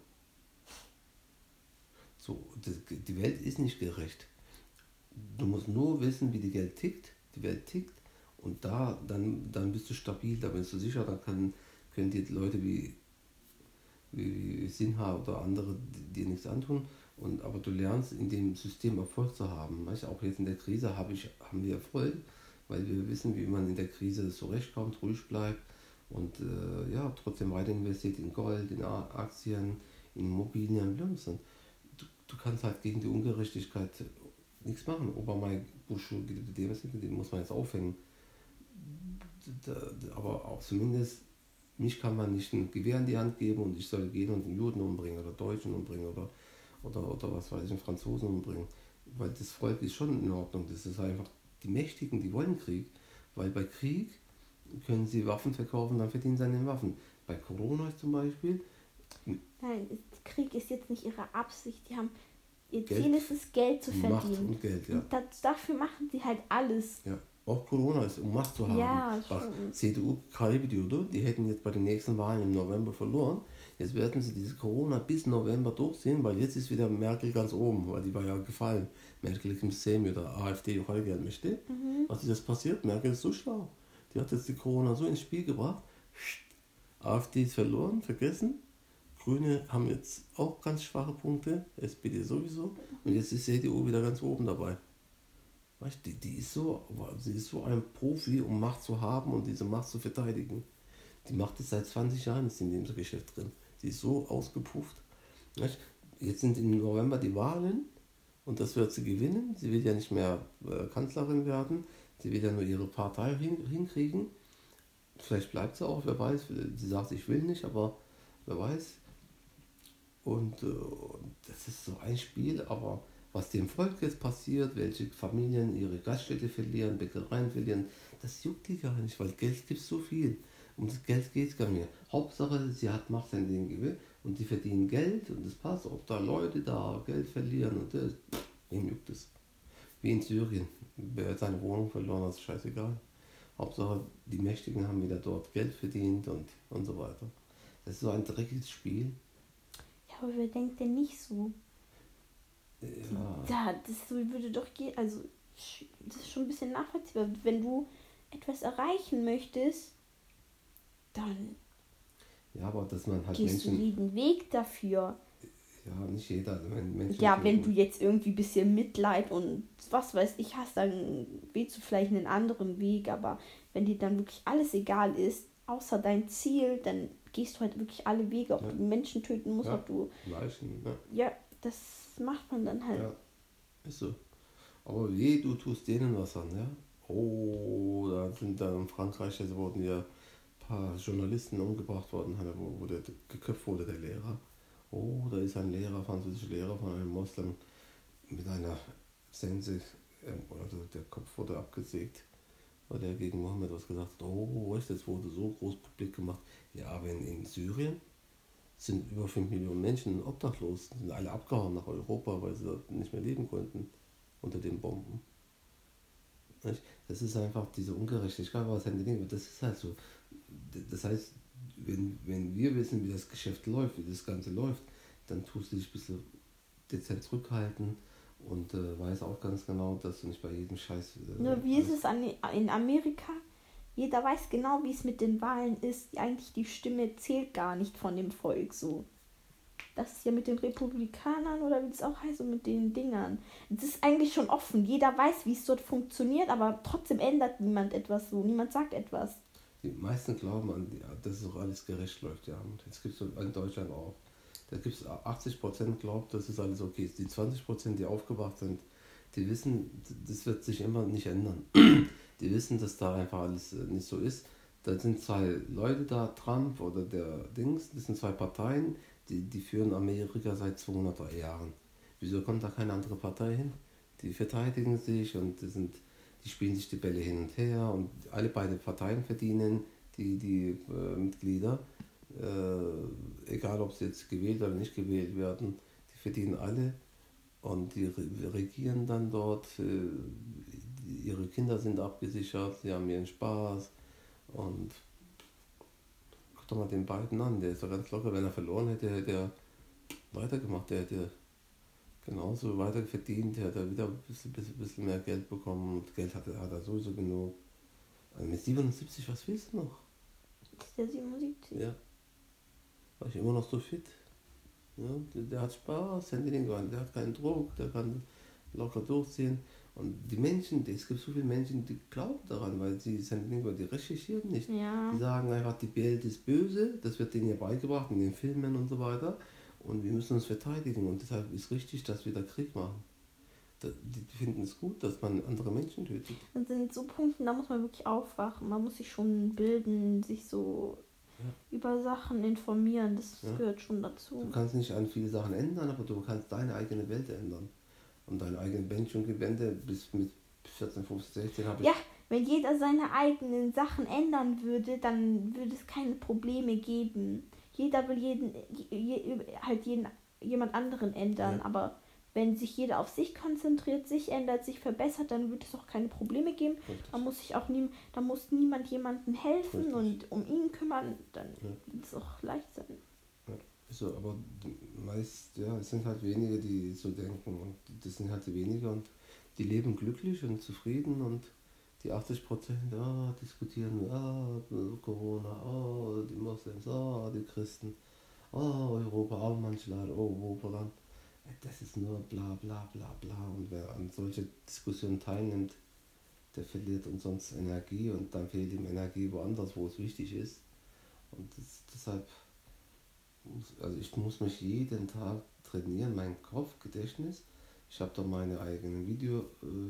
Speaker 1: So, die Welt ist nicht gerecht. Du musst nur wissen, wie die Welt tickt und dann bist du stabil, da bist du sicher, dann können die Leute wie Sinha oder andere dir nichts antun. Aber du lernst in dem System Erfolg zu haben. Weißt, auch jetzt in der Krise haben wir Erfolg, weil wir wissen, wie man in der Krise zurechtkommt, ruhig bleibt und trotzdem weiter investiert in Gold, in Aktien, in Immobilien, Blödsinn. Du kannst halt gegen die Ungerechtigkeit nichts machen. Obermeier Bush, den muss man jetzt aufhängen. Aber auch zumindest, mich kann man nicht ein Gewehr in die Hand geben und ich soll gehen und einen Juden umbringen oder Deutschen umbringen oder was weiß ich, einen Franzosen umbringen. Weil das Volk ist schon in Ordnung. Das ist einfach die Mächtigen, die wollen Krieg. Weil bei Krieg können sie Waffen verkaufen, dann verdienen sie an den Waffen. Bei Corona zum Beispiel.
Speaker 2: Nein, Krieg ist jetzt nicht ihre Absicht. Ihr Ziel ist es, Geld zu verdienen.
Speaker 1: Macht und Geld, ja.
Speaker 2: Und dafür machen sie halt alles.
Speaker 1: Ja. Auch Corona ist, um Macht zu haben.
Speaker 2: Ja,
Speaker 1: CDU, die hätten jetzt bei den nächsten Wahlen im November verloren. Jetzt werden sie diese Corona bis November durchziehen, weil jetzt ist wieder Merkel ganz oben, weil die war ja gefallen. Merkel im Sejm oder AfD regieren möchte. Was ist jetzt passiert? Merkel ist so schlau. Die hat jetzt die Corona so ins Spiel gebracht. AfD ist verloren, vergessen. Grüne haben jetzt auch ganz schwache Punkte, SPD sowieso. Und jetzt ist CDU wieder ganz oben dabei. Weißt, sie ist so ein Profi, um Macht zu haben und diese Macht zu verteidigen. Die macht es seit 20 Jahren, ist in dem Geschäft drin. Sie ist so ausgepufft. Weißt, jetzt sind im November die Wahlen und das wird sie gewinnen. Sie will ja nicht mehr Kanzlerin werden. Sie will ja nur ihre Partei hinkriegen. Vielleicht bleibt sie auch, wer weiß. Sie sagt, ich will nicht, aber wer weiß. Und das ist so ein Spiel, aber was dem Volk jetzt passiert, welche Familien ihre Gaststätte verlieren, Bäckereien verlieren, das juckt die gar nicht, weil Geld gibt so viel. Um das Geld geht es gar nicht mehr. Hauptsache, sie hat Macht an den Gewinn und die verdienen Geld und das passt, ob da Leute da Geld verlieren und das, wem juckt es? Wie in Syrien, wer seine Wohnung verloren hat, ist scheißegal. Hauptsache, die Mächtigen haben wieder dort Geld verdient und so weiter. Das ist so ein dreckiges Spiel.
Speaker 2: Ja, aber wer denkt denn nicht so?
Speaker 1: Ja.
Speaker 2: Das würde doch gehen, also das ist schon ein bisschen nachvollziehbar. Wenn du etwas erreichen möchtest, dann
Speaker 1: Ja, aber dass man halt
Speaker 2: gehst du jeden Weg dafür.
Speaker 1: Ja, nicht jeder.
Speaker 2: Wenn du jetzt irgendwie ein bisschen Mitleid und was weiß ich hast, dann wählst du vielleicht einen anderen Weg, aber wenn dir dann wirklich alles egal ist, außer dein Ziel, dann gehst du halt wirklich alle Wege, ob du Menschen töten musst, ob du...
Speaker 1: Leichen,
Speaker 2: Ja, das macht man dann halt.
Speaker 1: Ja, ist so. Aber du tust denen was an, ja? Oh, da sind dann in Frankreich, also wurden ja ein paar Journalisten umgebracht worden, wo der geköpft wurde, der Lehrer. Oh, da ist ein französischer Lehrer von einem Moslem mit einer Sense, also der Kopf wurde abgesägt, weil er gegen Mohammed was gesagt hat. Oh, das wurde so groß publik gemacht. Ja, aber in Syrien sind über 5 Millionen Menschen obdachlos, sind alle abgehauen nach Europa, weil sie dort nicht mehr leben konnten unter den Bomben. Das ist einfach diese Ungerechtigkeit, was das ist halt so. Das heißt, wenn wir wissen, wie das Geschäft läuft, wie das Ganze läuft, dann tust du dich ein bisschen dezent zurückhalten und weiß auch ganz genau, dass du nicht bei jedem Scheiß...
Speaker 2: Nur wie ist es in Amerika? Jeder weiß genau, wie es mit den Wahlen ist. Eigentlich die Stimme zählt gar nicht von dem Volk so. Das ist ja mit den Republikanern oder wie das auch heißt und mit den Dingern. Es ist eigentlich schon offen. Jeder weiß, wie es dort funktioniert, aber trotzdem ändert niemand etwas so. Niemand sagt etwas.
Speaker 1: Die meisten glauben dass es auch alles gerecht läuft, ja. Und jetzt gibt es in Deutschland auch. Da gibt es 80% glaubt, dass es alles okay ist. Die 20%, die aufgewacht sind, die wissen, das wird sich immer nicht ändern. Die wissen, dass da einfach alles nicht so ist. Da sind zwei Leute da, Trump oder der Dings, das sind zwei Parteien, die führen Amerika seit 200 Jahren. Wieso kommt da keine andere Partei hin? Die verteidigen sich und die spielen sich die Bälle hin und her und beide Parteien verdienen die Mitglieder, egal ob sie jetzt gewählt oder nicht gewählt werden, die verdienen alle und die regieren dann dort, ihre Kinder sind abgesichert, sie haben ihren Spaß und guck doch mal den beiden an, der ist doch ganz locker, wenn er verloren hätte, hätte er weitergemacht, der hätte genauso weiter verdient, der hätte wieder ein bisschen mehr Geld bekommen und Geld hat er sowieso genug. Also mit 77, was willst du noch?
Speaker 2: Ist der 77?
Speaker 1: Ja, war ich immer noch so fit. Ja, der hat Spaß, der hat keinen Druck, der kann locker durchziehen. Und die Menschen, es gibt so viele Menschen, die glauben daran, weil sie die recherchieren nicht.
Speaker 2: Ja.
Speaker 1: Die sagen einfach, die Welt ist böse, das wird denen ja beigebracht in den Filmen und so weiter. Und wir müssen uns verteidigen und deshalb ist richtig, dass wir da Krieg machen. Die finden es gut, dass man andere Menschen tötet.
Speaker 2: Und sind so Punkte, da muss man wirklich aufwachen. Man muss sich schon bilden, sich so über Sachen informieren. Das gehört schon dazu.
Speaker 1: Du kannst nicht an viele Sachen ändern, aber du kannst deine eigene Welt ändern. Und deine eigene Wende bis mit 14, 15, 16 habe ich...
Speaker 2: Ja, wenn jeder seine eigenen Sachen ändern würde, dann würde es keine Probleme geben. Jeder will jemand anderen ändern, aber wenn sich jeder auf sich konzentriert, sich ändert, sich verbessert, dann wird es auch keine Probleme geben. Da muss niemand jemandem helfen und um ihn kümmern, dann wird es auch leicht sein.
Speaker 1: Ja. So, aber meist, es sind halt wenige, die so denken und das sind halt die wenige und die leben glücklich und zufrieden und die 80% diskutieren, Corona, die Moslems, die Christen, Europa, manche Leute, Europaland. Das ist nur bla bla bla bla und wer an solche Diskussionen teilnimmt, der verliert umsonst Energie und dann fehlt ihm Energie woanders, wo es wichtig ist. Und deshalb ich muss mich jeden Tag trainieren, mein Kopfgedächtnis. Ich habe da meine eigenen Videos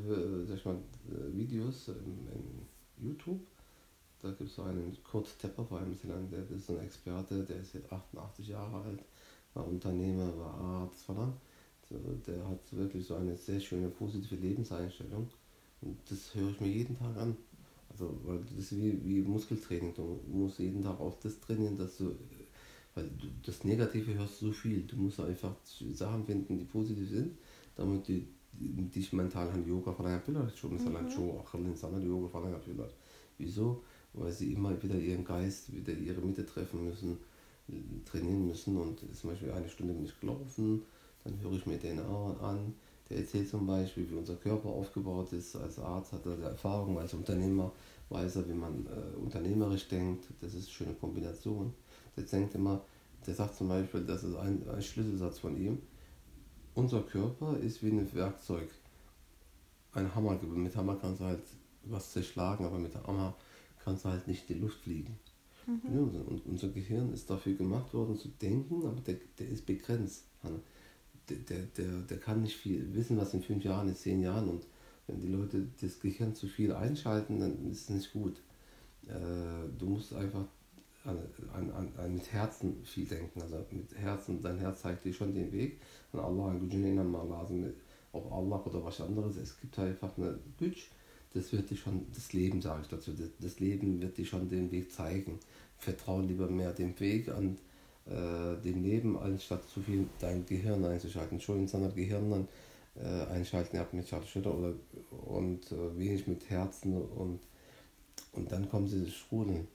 Speaker 1: in YouTube. Da gibt es so einen Kurt Tepper, der ist ein Experte, der ist jetzt 88 Jahre alt, war Unternehmer, war Arzt, der hat wirklich so eine sehr schöne positive Lebenseinstellung und das höre ich mir jeden Tag an. Also, weil das ist wie Muskeltraining, du musst jeden Tag auch das trainieren, dass du, weil das Negative hörst so viel, du musst einfach Sachen finden, die positiv sind, damit du dich mental an Yoga verändern schon Yoga verändern. Wieso? Weil sie immer wieder ihren Geist, wieder ihre Mitte treffen müssen, trainieren müssen und zum Beispiel eine Stunde bin ich gelaufen, dann höre ich mir den an, der erzählt zum Beispiel, wie unser Körper aufgebaut ist, als Arzt hat er Erfahrung, als Unternehmer weiß er, wie man unternehmerisch denkt, das ist eine schöne Kombination. Der sagt zum Beispiel, das ist ein Schlüsselsatz von ihm, unser Körper ist wie ein Werkzeug, ein Hammer, mit Hammer kannst du halt was zerschlagen, aber mit Hammer kannst du halt nicht in die Luft fliegen. Ja, und unser Gehirn ist dafür gemacht worden zu denken, aber der ist begrenzt. Der kann nicht viel wissen, was in 5 Jahren ist, 10 Jahren und wenn die Leute das Gehirn zu viel einschalten, dann ist es nicht gut. Du musst einfach mit Herzen viel denken, also mit Herzen, dein Herz zeigt dir schon den Weg und Allah, auch Allah oder was anderes, es gibt halt einfach eine Gütsch, das wird dir schon, das Leben sage ich dazu, das Leben wird dir schon den Weg zeigen. Vertraue lieber mehr dem Weg an dem Leben, anstatt zu viel dein Gehirn einzuschalten. Schon sondern Gehirn dann einschalten, mit Schaltschilder und wenig mit Herzen und dann kommen sie ins Sprudeln.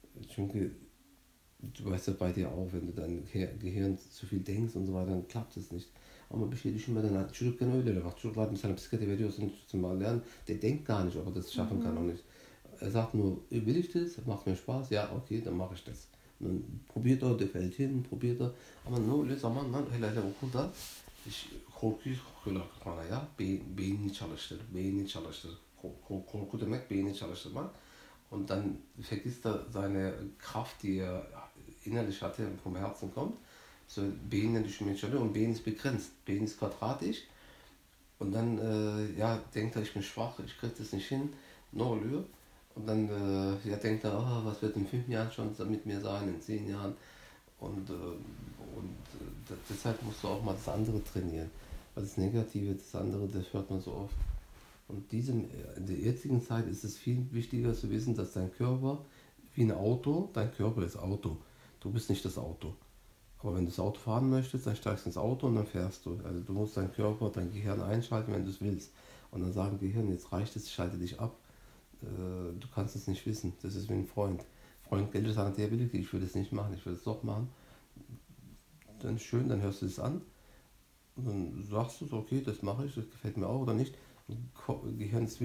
Speaker 1: Du weißt ja bei dir auch, wenn du dein Gehirn zu viel denkst und so weiter, dann klappt es nicht. Ama bir şey düşünmeden çocukken öyle bak çocuklar mesela bisiklete veriyorsun zum mal lernen, der denkt gar nicht, ob er das schaffen kann oder nicht. Er sagt nur, will ich das, macht mir Spaß, ja okay, dann mache ich das. Und dann probiert er, der fällt hin, probiert er, ama ne oluyor zamanla hele okulda korkuyorlar bana ya, beynini çalıştır. Korku demek beyni çalıştırmak. Und dann vergisst er seine Kraft, die er innerlich hatte und vom Herzen kommt. So Beine und Bein ist begrenzt, Bein ist quadratisch und dann denkt er, ich bin schwach, ich kriege das nicht hin, und dann denkt er, was wird in 5 Jahren schon mit mir sein, in 10 Jahren und deshalb musst du auch mal das andere trainieren, weil das Negative, das andere, das hört man so oft. Und in der jetzigen Zeit ist es viel wichtiger zu wissen, dass dein Körper wie ein Auto, dein Körper ist Auto, du bist nicht das Auto. Aber wenn du das Auto fahren möchtest, dann steigst du ins Auto und dann fährst du. Also du musst deinen Körper, dein Gehirn einschalten, wenn du es willst. Und dann sagen Gehirn, jetzt reicht es, schalte dich ab. Du kannst es nicht wissen. Das ist wie ein Freund. Freund Geld sagen, der will ich will es nicht machen, ich will es doch machen. Dann ist schön, dann hörst du es an. Und dann sagst du so, okay, das mache ich, das gefällt mir auch oder nicht. Und Gehirn ist